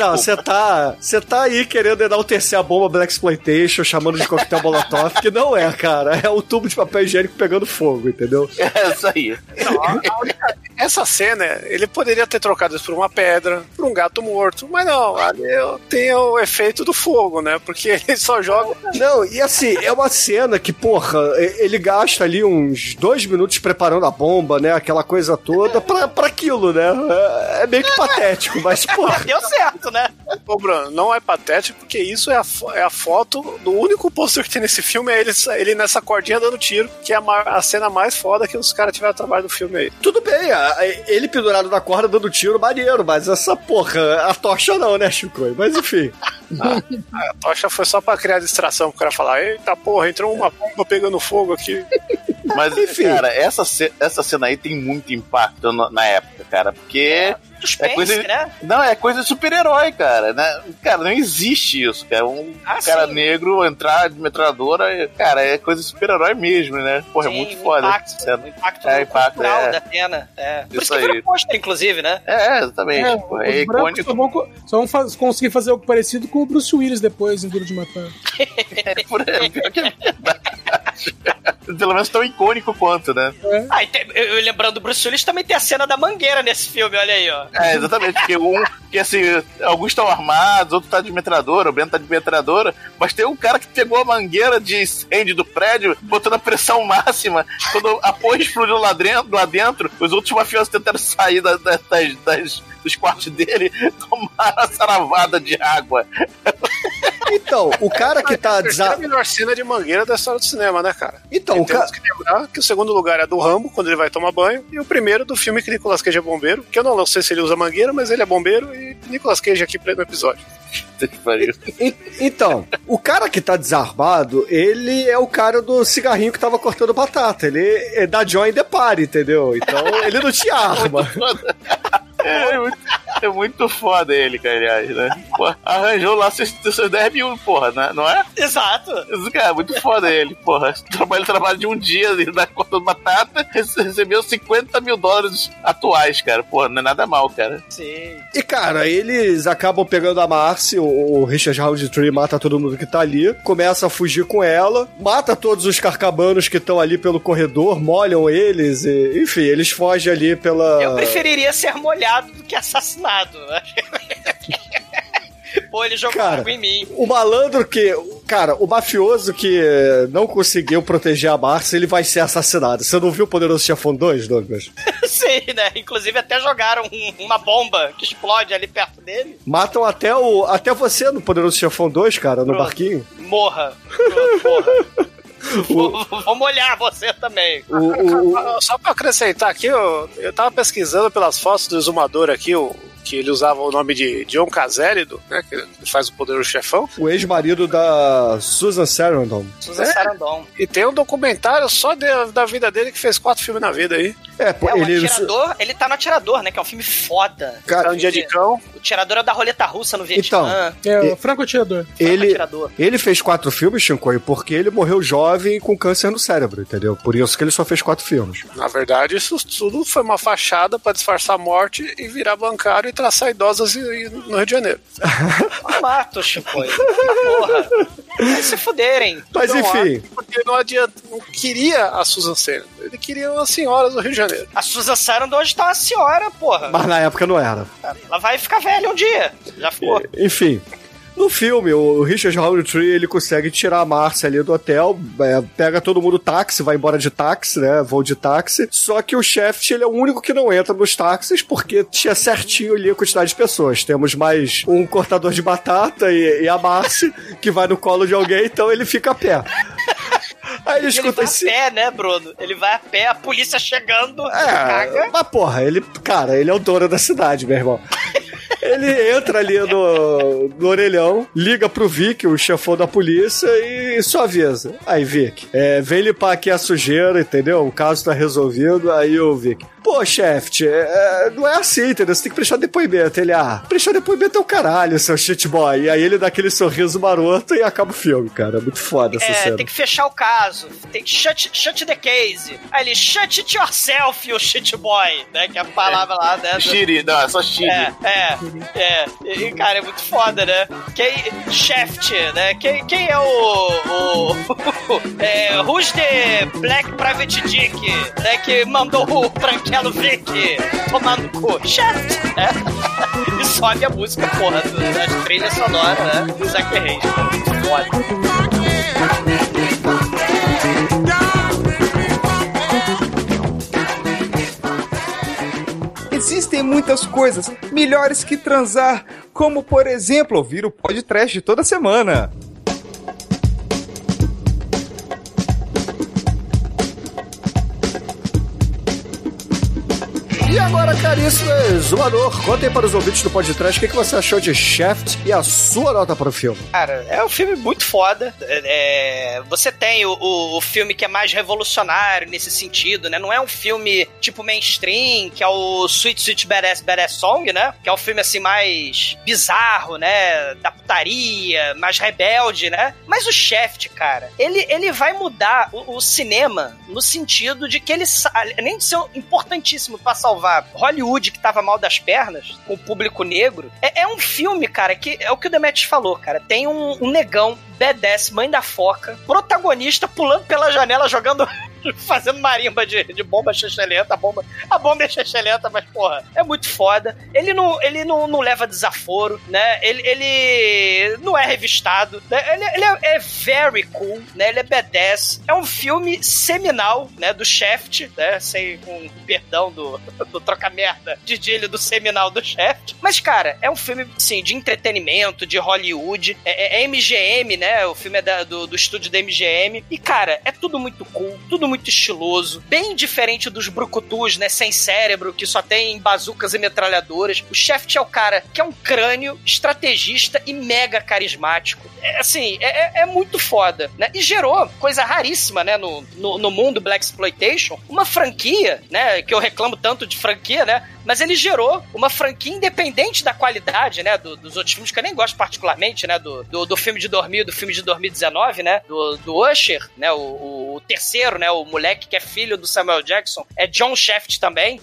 Você tá aí querendo enaltecer a bomba Blaxploitation, chamando de coquetel molotov, que não é, cara. É o tubo de papel higiênico pegando fogo, entendeu? É isso aí. Não, essa cena, ele poderia ter trocado isso por uma pedra, por um gato morto, mas não, ali tem o efeito do fogo, né? Porque ele só joga... Não, e assim, é uma cena que, ele gasta ali uns 2 minutos preparando a bomba, né? Aquela coisa toda pra aquilo, né? É meio que patético, mas, Deu certo, né? Ô, Bruno, não é patético, porque isso é a foto do único pôster que tem nesse filme, é ele nessa cordinha dando tiro, que é a cena mais foda que os caras tiveram trabalho do filme aí. Tudo bem, ele pendurado na corda dando tiro, maneiro, mas essa a tocha não, né, Chico? Mas enfim. A tocha foi só pra criar distração, pro cara falar, eita porra, entrou uma bomba pegando fogo aqui. Mas, Enfim. cara, essa cena aí tem muito impacto na época, cara, porque... Suspense, coisa, né? Não, é coisa de super-herói, cara, né? Cara, não existe isso, cara. Cara sim. negro entrar de metralhadora, cara, é coisa de super-herói mesmo, né? Porra, Sim, é muito foda. O impacto cultural da cena. Por isso que virou pôster, inclusive, né? Exatamente. É icônico. Só vão conseguir fazer algo parecido com o Bruce Willis depois, em Duro de Matar. Por aí, pior que é verdade. Pelo menos tão icônico quanto, né? Eu lembrando do Bruce Willis, também tem a cena da mangueira nesse filme, olha aí, ó. Exatamente, porque assim, alguns estão armados, outro tá de metralhadora, o Breno tá de metralhadora, mas tem um cara que pegou a mangueira de incêndio do prédio, botou na pressão máxima, quando a porra explodiu lá dentro, os outros mafiosos tentaram sair dos quartos dele, tomaram a saravada de água. Então, o cara que tá... É a melhor cena de mangueira da história do cinema, né, cara? Então, temos que lembrar que o segundo lugar é do Rambo, quando ele vai tomar banho, e o primeiro do filme que Nicolas Cage é bombeiro, que eu não sei se ele usa mangueira, mas ele é bombeiro, e Nicolas Cage aqui no episódio. Então, o cara que tá desarmado, ele é o cara do cigarrinho que tava cortando batata. Ele é da Joy the Party, entendeu? Então, ele não tinha arma. É muito foda ele, cara, aliás, né? Pô, arranjou lá seus 10 mil, porra, né? Não é? Exato. Cara, muito foda ele, porra. Trabalho de um dia, ele dá conta de batata, recebeu $50 mil atuais, cara. Porra, não é nada mal, cara. Sim. E, cara, eles acabam pegando a Marcy, o Richard Roundtree mata todo mundo que tá ali, começa a fugir com ela, mata todos os carcabanos que estão ali pelo corredor, molham eles, e, enfim, eles fogem ali pela... Eu preferiria ser molhado do que assassinado. Pô, ele jogou água em mim. O malandro que... Cara, o mafioso que não conseguiu proteger a Marcy, ele vai ser assassinado. Você não viu o Poderoso Chefão 2, Douglas? Sim, né? Inclusive até jogaram uma bomba que explode ali perto dele. Matam até você no Poderoso Chefão 2, cara, no barquinho. Morra. Vou molhar você também. Só pra acrescentar aqui, eu tava pesquisando pelas fotos do exumador aqui, que ele usava o nome de John Casérido, né? Que faz o Poderoso Chefão. O ex-marido da Susan Sarandon. Sarandon. E tem um documentário só da vida dele que fez 4 filmes na vida aí. Ele tá no Atirador, né? Que é um filme foda. Cara, tá um dia de cão. O Atirador é da roleta russa no Vietnã. Então, o Franco Atirador. Ele fez 4 filmes, Shinkoi, porque ele morreu jovem com câncer no cérebro, entendeu? Por isso que ele só fez 4 filmes. Na verdade, isso tudo foi uma fachada pra disfarçar a morte e virar bancário e traçar idosas no Rio de Janeiro. Mato, Shinkoi. Porra. Vai se fuderem. Mas enfim. Porque não queria a Susan Sarandon. Ele queria umas senhoras do Rio de Janeiro. A Susan Sarandon hoje tá uma senhora, porra. Mas na época não era. Ela vai ficar velha um dia. Já ficou. Enfim. No filme, o Richard Roundtree, ele consegue tirar a Marcy ali do hotel, pega todo mundo táxi, vai embora de táxi, né, voo de táxi, só que o Shaft, ele é o único que não entra nos táxis, porque tinha certinho ali a quantidade de pessoas. Temos mais um cortador de batata e a Marcy, que vai no colo de alguém, então ele fica a pé. Aí ele escuta vai a pé, né, Bruno? Ele vai a pé, a polícia chegando, caga. Mas porra, ele é o dono da cidade, meu irmão. Ele entra ali no orelhão, liga pro Vic, o chefão da polícia, e só avisa. Aí, Vic, vem limpar aqui a sujeira, entendeu? O caso tá resolvido. Aí o Vic, pô, Shaft, não é assim, entendeu? Você tem que prestar depoimento. Ele, prestar depoimento é o caralho, seu shit boy. E aí ele dá aquele sorriso maroto e acaba o filme, cara. É muito foda essa cena. Tem que fechar o caso. Tem que shut the case. Aí ele, shut it yourself, you shit boy, né? Que é a palavra lá, né? Shiri, não, é só Shiri. E, cara, é muito foda, né? Shaft, né? Quem é who's the Black Private Dick, né? Que mandou o Branquelo Vic tomar no cu. Shaft, né? E sobe a música, porra, das trilhas sonoras, né? Do Zac Reis, muito foda. Existem muitas coisas melhores que transar, como, por exemplo, ouvir o podcast toda semana. E agora, caríssimo exumador, contem para os ouvintes do podcast o que você achou de Shaft e a sua nota para o filme. Cara, é um filme muito foda. Você tem o filme que é mais revolucionário nesse sentido, né? Não é um filme tipo mainstream, que é o Sweet Sweet Badass Badass Song, né? Que é um filme assim mais bizarro, né? Da putaria, mais rebelde, né? Mas o Shaft, cara, ele vai mudar o cinema no sentido de que ele, além de ser importantíssimo pra salvar Hollywood, que tava mal das pernas, com o público negro, é um filme, cara, que é o que o Demetrius falou, cara. Tem um negão badass, mãe da foca, protagonista pulando pela janela, jogando... fazendo marimba de bomba chechelenta. A bomba é chechelenta, mas, porra, é muito foda. Ele não leva desaforo, né? Ele não é revistado, né? Ele é very cool, né? Ele é badass. É um filme seminal, né? Do Shaft, né? Com perdão do troca-merda de Dilho do seminal do Shaft. Mas, cara, é um filme, assim, de entretenimento, de Hollywood. É MGM, né? O filme é do estúdio da MGM. E, cara, é tudo muito cool, tudo muito estiloso, bem diferente dos brucutus, né, sem cérebro, que só tem bazucas e metralhadoras. O Shaft é o cara que é um crânio, estrategista e mega carismático. É muito foda, né? E gerou coisa raríssima, né, no mundo Blaxploitation, uma franquia, né, que eu reclamo tanto de franquia, né, mas ele gerou uma franquia independente da qualidade, né, dos outros filmes, que eu nem gosto particularmente, né, do filme de 2000, do filme de 2019, né, do Usher, né, o terceiro, né, o moleque que é filho do Samuel Jackson, é John Shaft também.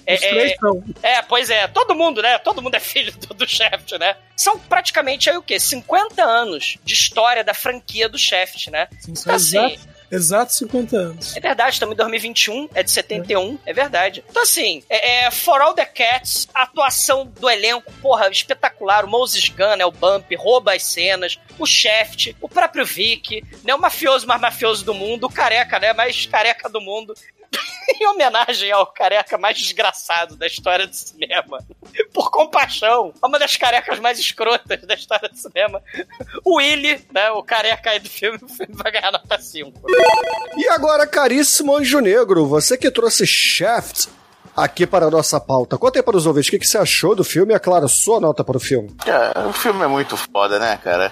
Pois é, todo mundo, né, todo mundo é filho do Shaft, né. São praticamente aí o quê? 50 anos de história da franquia do Shaft, né. Sim, então, assim... Exato 50 anos. É verdade, estamos em 2021, é de 71, é verdade. Então, assim, For All the Cats, a atuação do elenco, porra, espetacular. O Moses Gunn, né, o Bump, rouba as cenas. O Shaft, o próprio Vic, né, o mafioso mais mafioso do mundo, o careca, né, mais careca do mundo. Em homenagem ao careca mais desgraçado da história do cinema. Por compaixão, uma das carecas mais escrotas da história do cinema. O Willy, né, o careca aí do filme, o filme vai ganhar nota 5. E agora, caríssimo Anjo Negro, você que trouxe Shaft aqui para a nossa pauta. Conta aí para os ouvintes o que você achou do filme e, é claro, sua nota para o filme. O filme é muito foda, né, cara?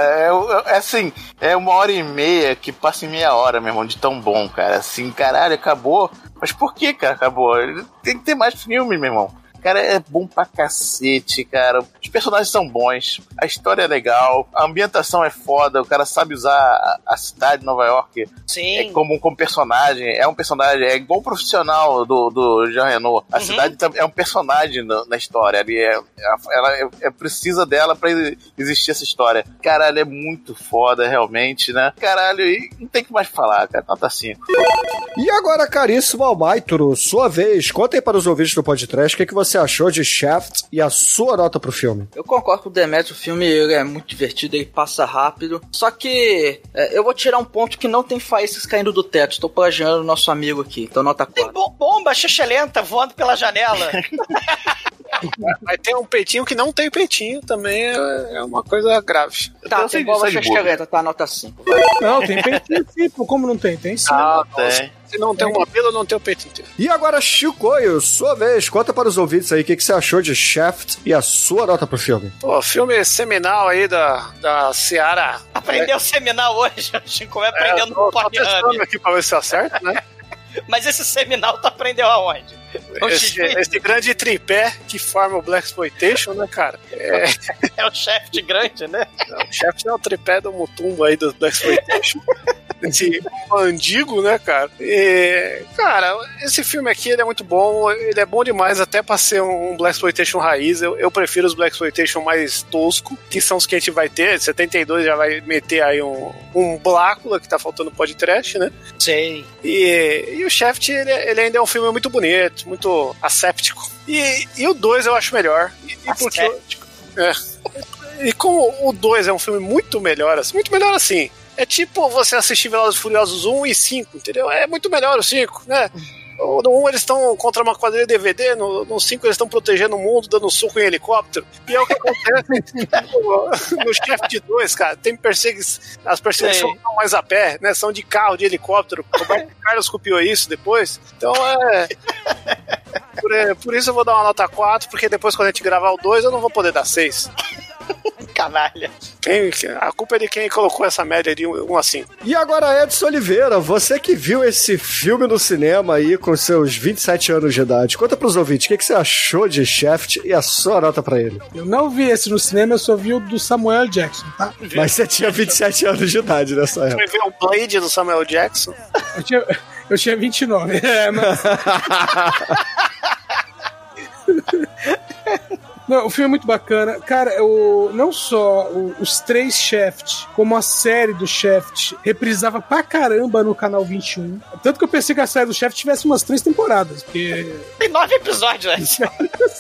Assim, é 1h30 que passa em meia hora, meu irmão, de tão bom, cara. Assim, caralho, acabou. Mas por que, cara, acabou? Tem que ter mais filme, meu irmão. Cara, é bom pra cacete, cara. Os personagens são bons, a história é legal, a ambientação é foda, o cara sabe usar a cidade de Nova York. Sim. Como personagem. É um personagem, é igual o profissional do Jean Reno. A cidade é um personagem na história. Ela precisa dela pra existir essa história. Caralho, é muito foda, realmente, né? Caralho, e não tem o que mais falar, cara. Nota 5. E agora, caríssimo Almaitro, sua vez, conta aí para os ouvintes do podcast o que você achou de Shaft e a sua nota pro filme. Eu concordo com o Demetrio, o filme ele é muito divertido, ele passa rápido, só que eu vou tirar um ponto que não tem faíscas caindo do teto, estou plagiando o nosso amigo aqui, então nota 4. Tem bomba chechelenta voando pela janela. Vai ter um peitinho que não tem peitinho, também é uma coisa grave. Tá, tem bomba chechelenta, tá, nota 5. Não, tem peitinho sim, como não tem? Tem sim. Tem. Se não tem uma pila, não tem o peito inteiro. E agora, Chicoio, sua vez, conta para os ouvintes aí o que você achou de Shaft e a sua nota pro filme. Pô, filme seminal aí da Seara. Aprendeu seminal hoje, o Chico vai aprendendo no Tô testando aqui pra ver se acerta, né? Mas esse seminal tu aprendeu aonde? Esse grande tripé que forma o Blaxploitation, né, cara? É o Shaft grande, né? O Shaft é o tripé do Mutumbo aí do Blaxploitation. Esse mandigo, né, cara? Cara, esse filme aqui, ele é muito bom. Ele é bom demais até pra ser um Blaxploitation raiz. Eu prefiro os Blaxploitation mais tosco, que são os que a gente vai ter. 72 já vai meter aí um Blácula, que tá faltando podcast, né? Sei. E o Shaft, ele ainda é um filme muito bonito, muito asséptico. E o 2 eu acho melhor. E como o 2 é um filme muito melhor assim. É tipo você assistir Velozes e Furiosos 1 e 5, entendeu? É muito melhor o 5, né? No 1 eles estão contra uma quadrilha DVD, no 5 eles estão protegendo o mundo, dando soco em helicóptero. E é o que acontece no Shaft 2, cara. Tem as perseguições são mais a pé, né? São de carro, de helicóptero. O Roberto Carlos copiou isso depois. Então Por isso eu vou dar uma nota 4, porque depois quando a gente gravar o 2 eu não vou poder dar 6. Canalha. A culpa é de quem colocou essa média de 1 a 5. E agora, Edson Oliveira, você que viu esse filme no cinema aí com seus 27 anos de idade, conta pros ouvintes, o que você achou de Shaft e a sua nota pra ele? Eu não vi esse no cinema, eu só vi o do Samuel Jackson, tá? Mas você tinha 27 anos de idade nessa época. Você viu o Blade do Samuel Jackson? Eu tinha 29. Mas... Não, o filme é muito bacana. Cara, não só os 3 Shaft, como a série do Shaft reprisava pra caramba no canal 21. Tanto que eu pensei que a série do Shaft tivesse umas 3 temporadas, porque... Tem 9 episódios, né?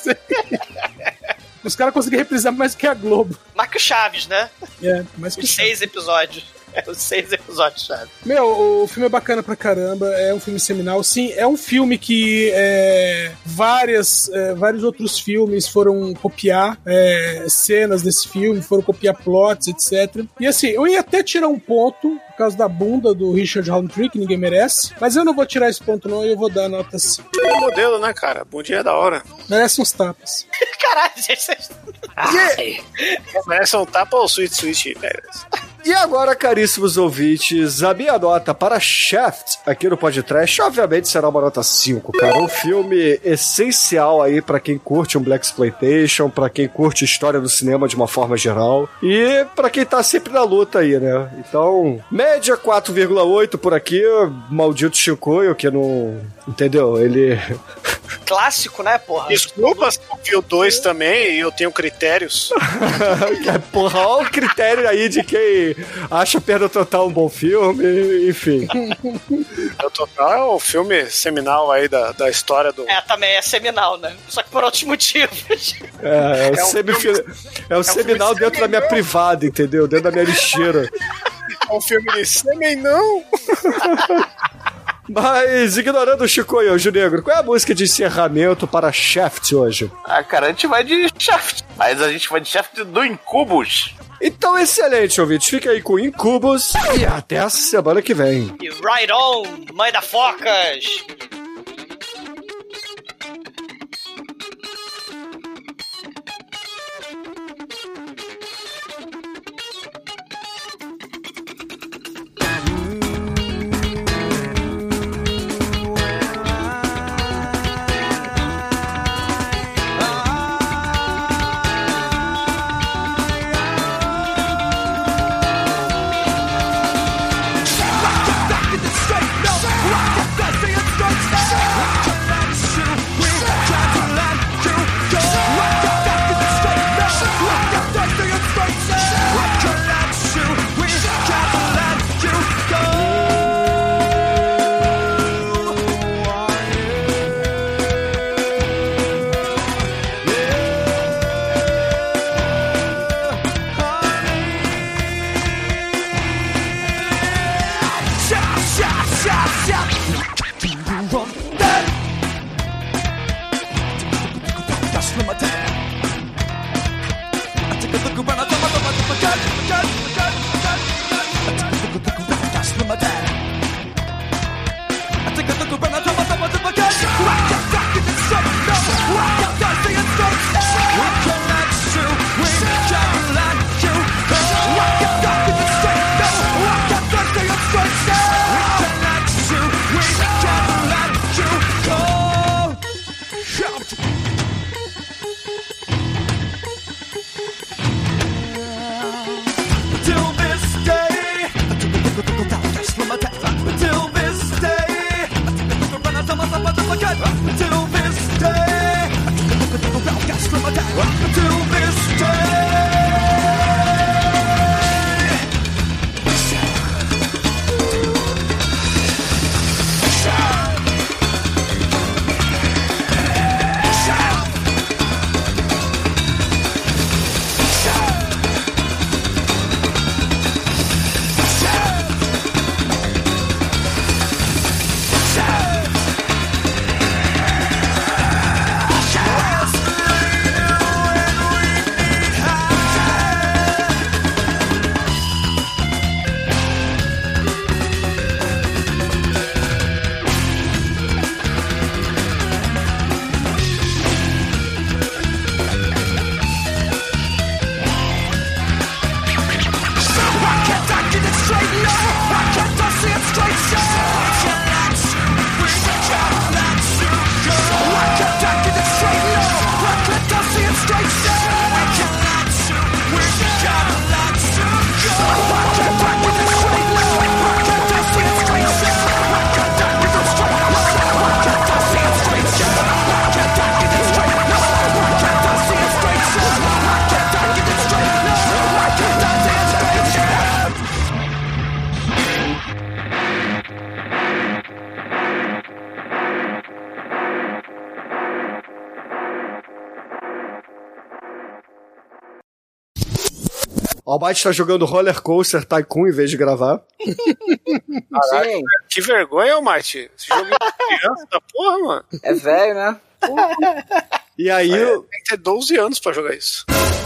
Os caras conseguiram reprisar mais que a Globo. Mais que o Chaves, né? Mais que 6 episódios. Os 6 episódios, sabe? O filme é bacana pra caramba, é um filme seminal. Sim, é um filme que vários outros filmes foram copiar cenas desse filme, foram copiar plots, etc. E assim, eu ia até tirar um ponto por causa da bunda do Richard Roundtree, que ninguém merece, mas eu não vou tirar esse ponto não, eu vou dar nota 5. É um modelo, né, cara? Bundinha é da hora. Merece uns tapas. Caralho, gente. Merece um tapa ou Sweet, velho? E agora, caríssimos ouvintes, a minha nota para Shaft aqui no podcast, obviamente, será uma nota 5, cara. Um filme essencial aí pra quem curte um Blaxploitation, pra quem curte história do cinema de uma forma geral e pra quem tá sempre na luta aí, né? Então, média 4,8 por aqui, maldito Chicoio, que não... Entendeu? Ele... Clássico, né, porra? Desculpa se eu vi o 2 também e eu tenho critérios. Porra, olha o critério aí de quem acha Perda Total um bom filme, enfim. Perda Total é o filme seminal aí da história do... também é seminal, né? Só que por outros motivos. É o seminal dentro da minha privada, entendeu? Dentro da minha lixeira. É um filme de sêmen, não? Mas, ignorando o Chico e o Anjo Negro, qual é a música de encerramento para Shaft hoje? Cara, a gente vai de Shaft, mas a gente vai de Shaft do Incubus. Então, excelente, ouvintes. Fica aí com Incubus e até a semana que vem. E right on, mãe da focas! O Almighty tá jogando Roller Coaster Tycoon em vez de gravar. Caralho, que vergonha, Almighty. Esse jogo é criança da porra, mano. É velho, né? E aí... Tem que ter 12 anos pra jogar isso.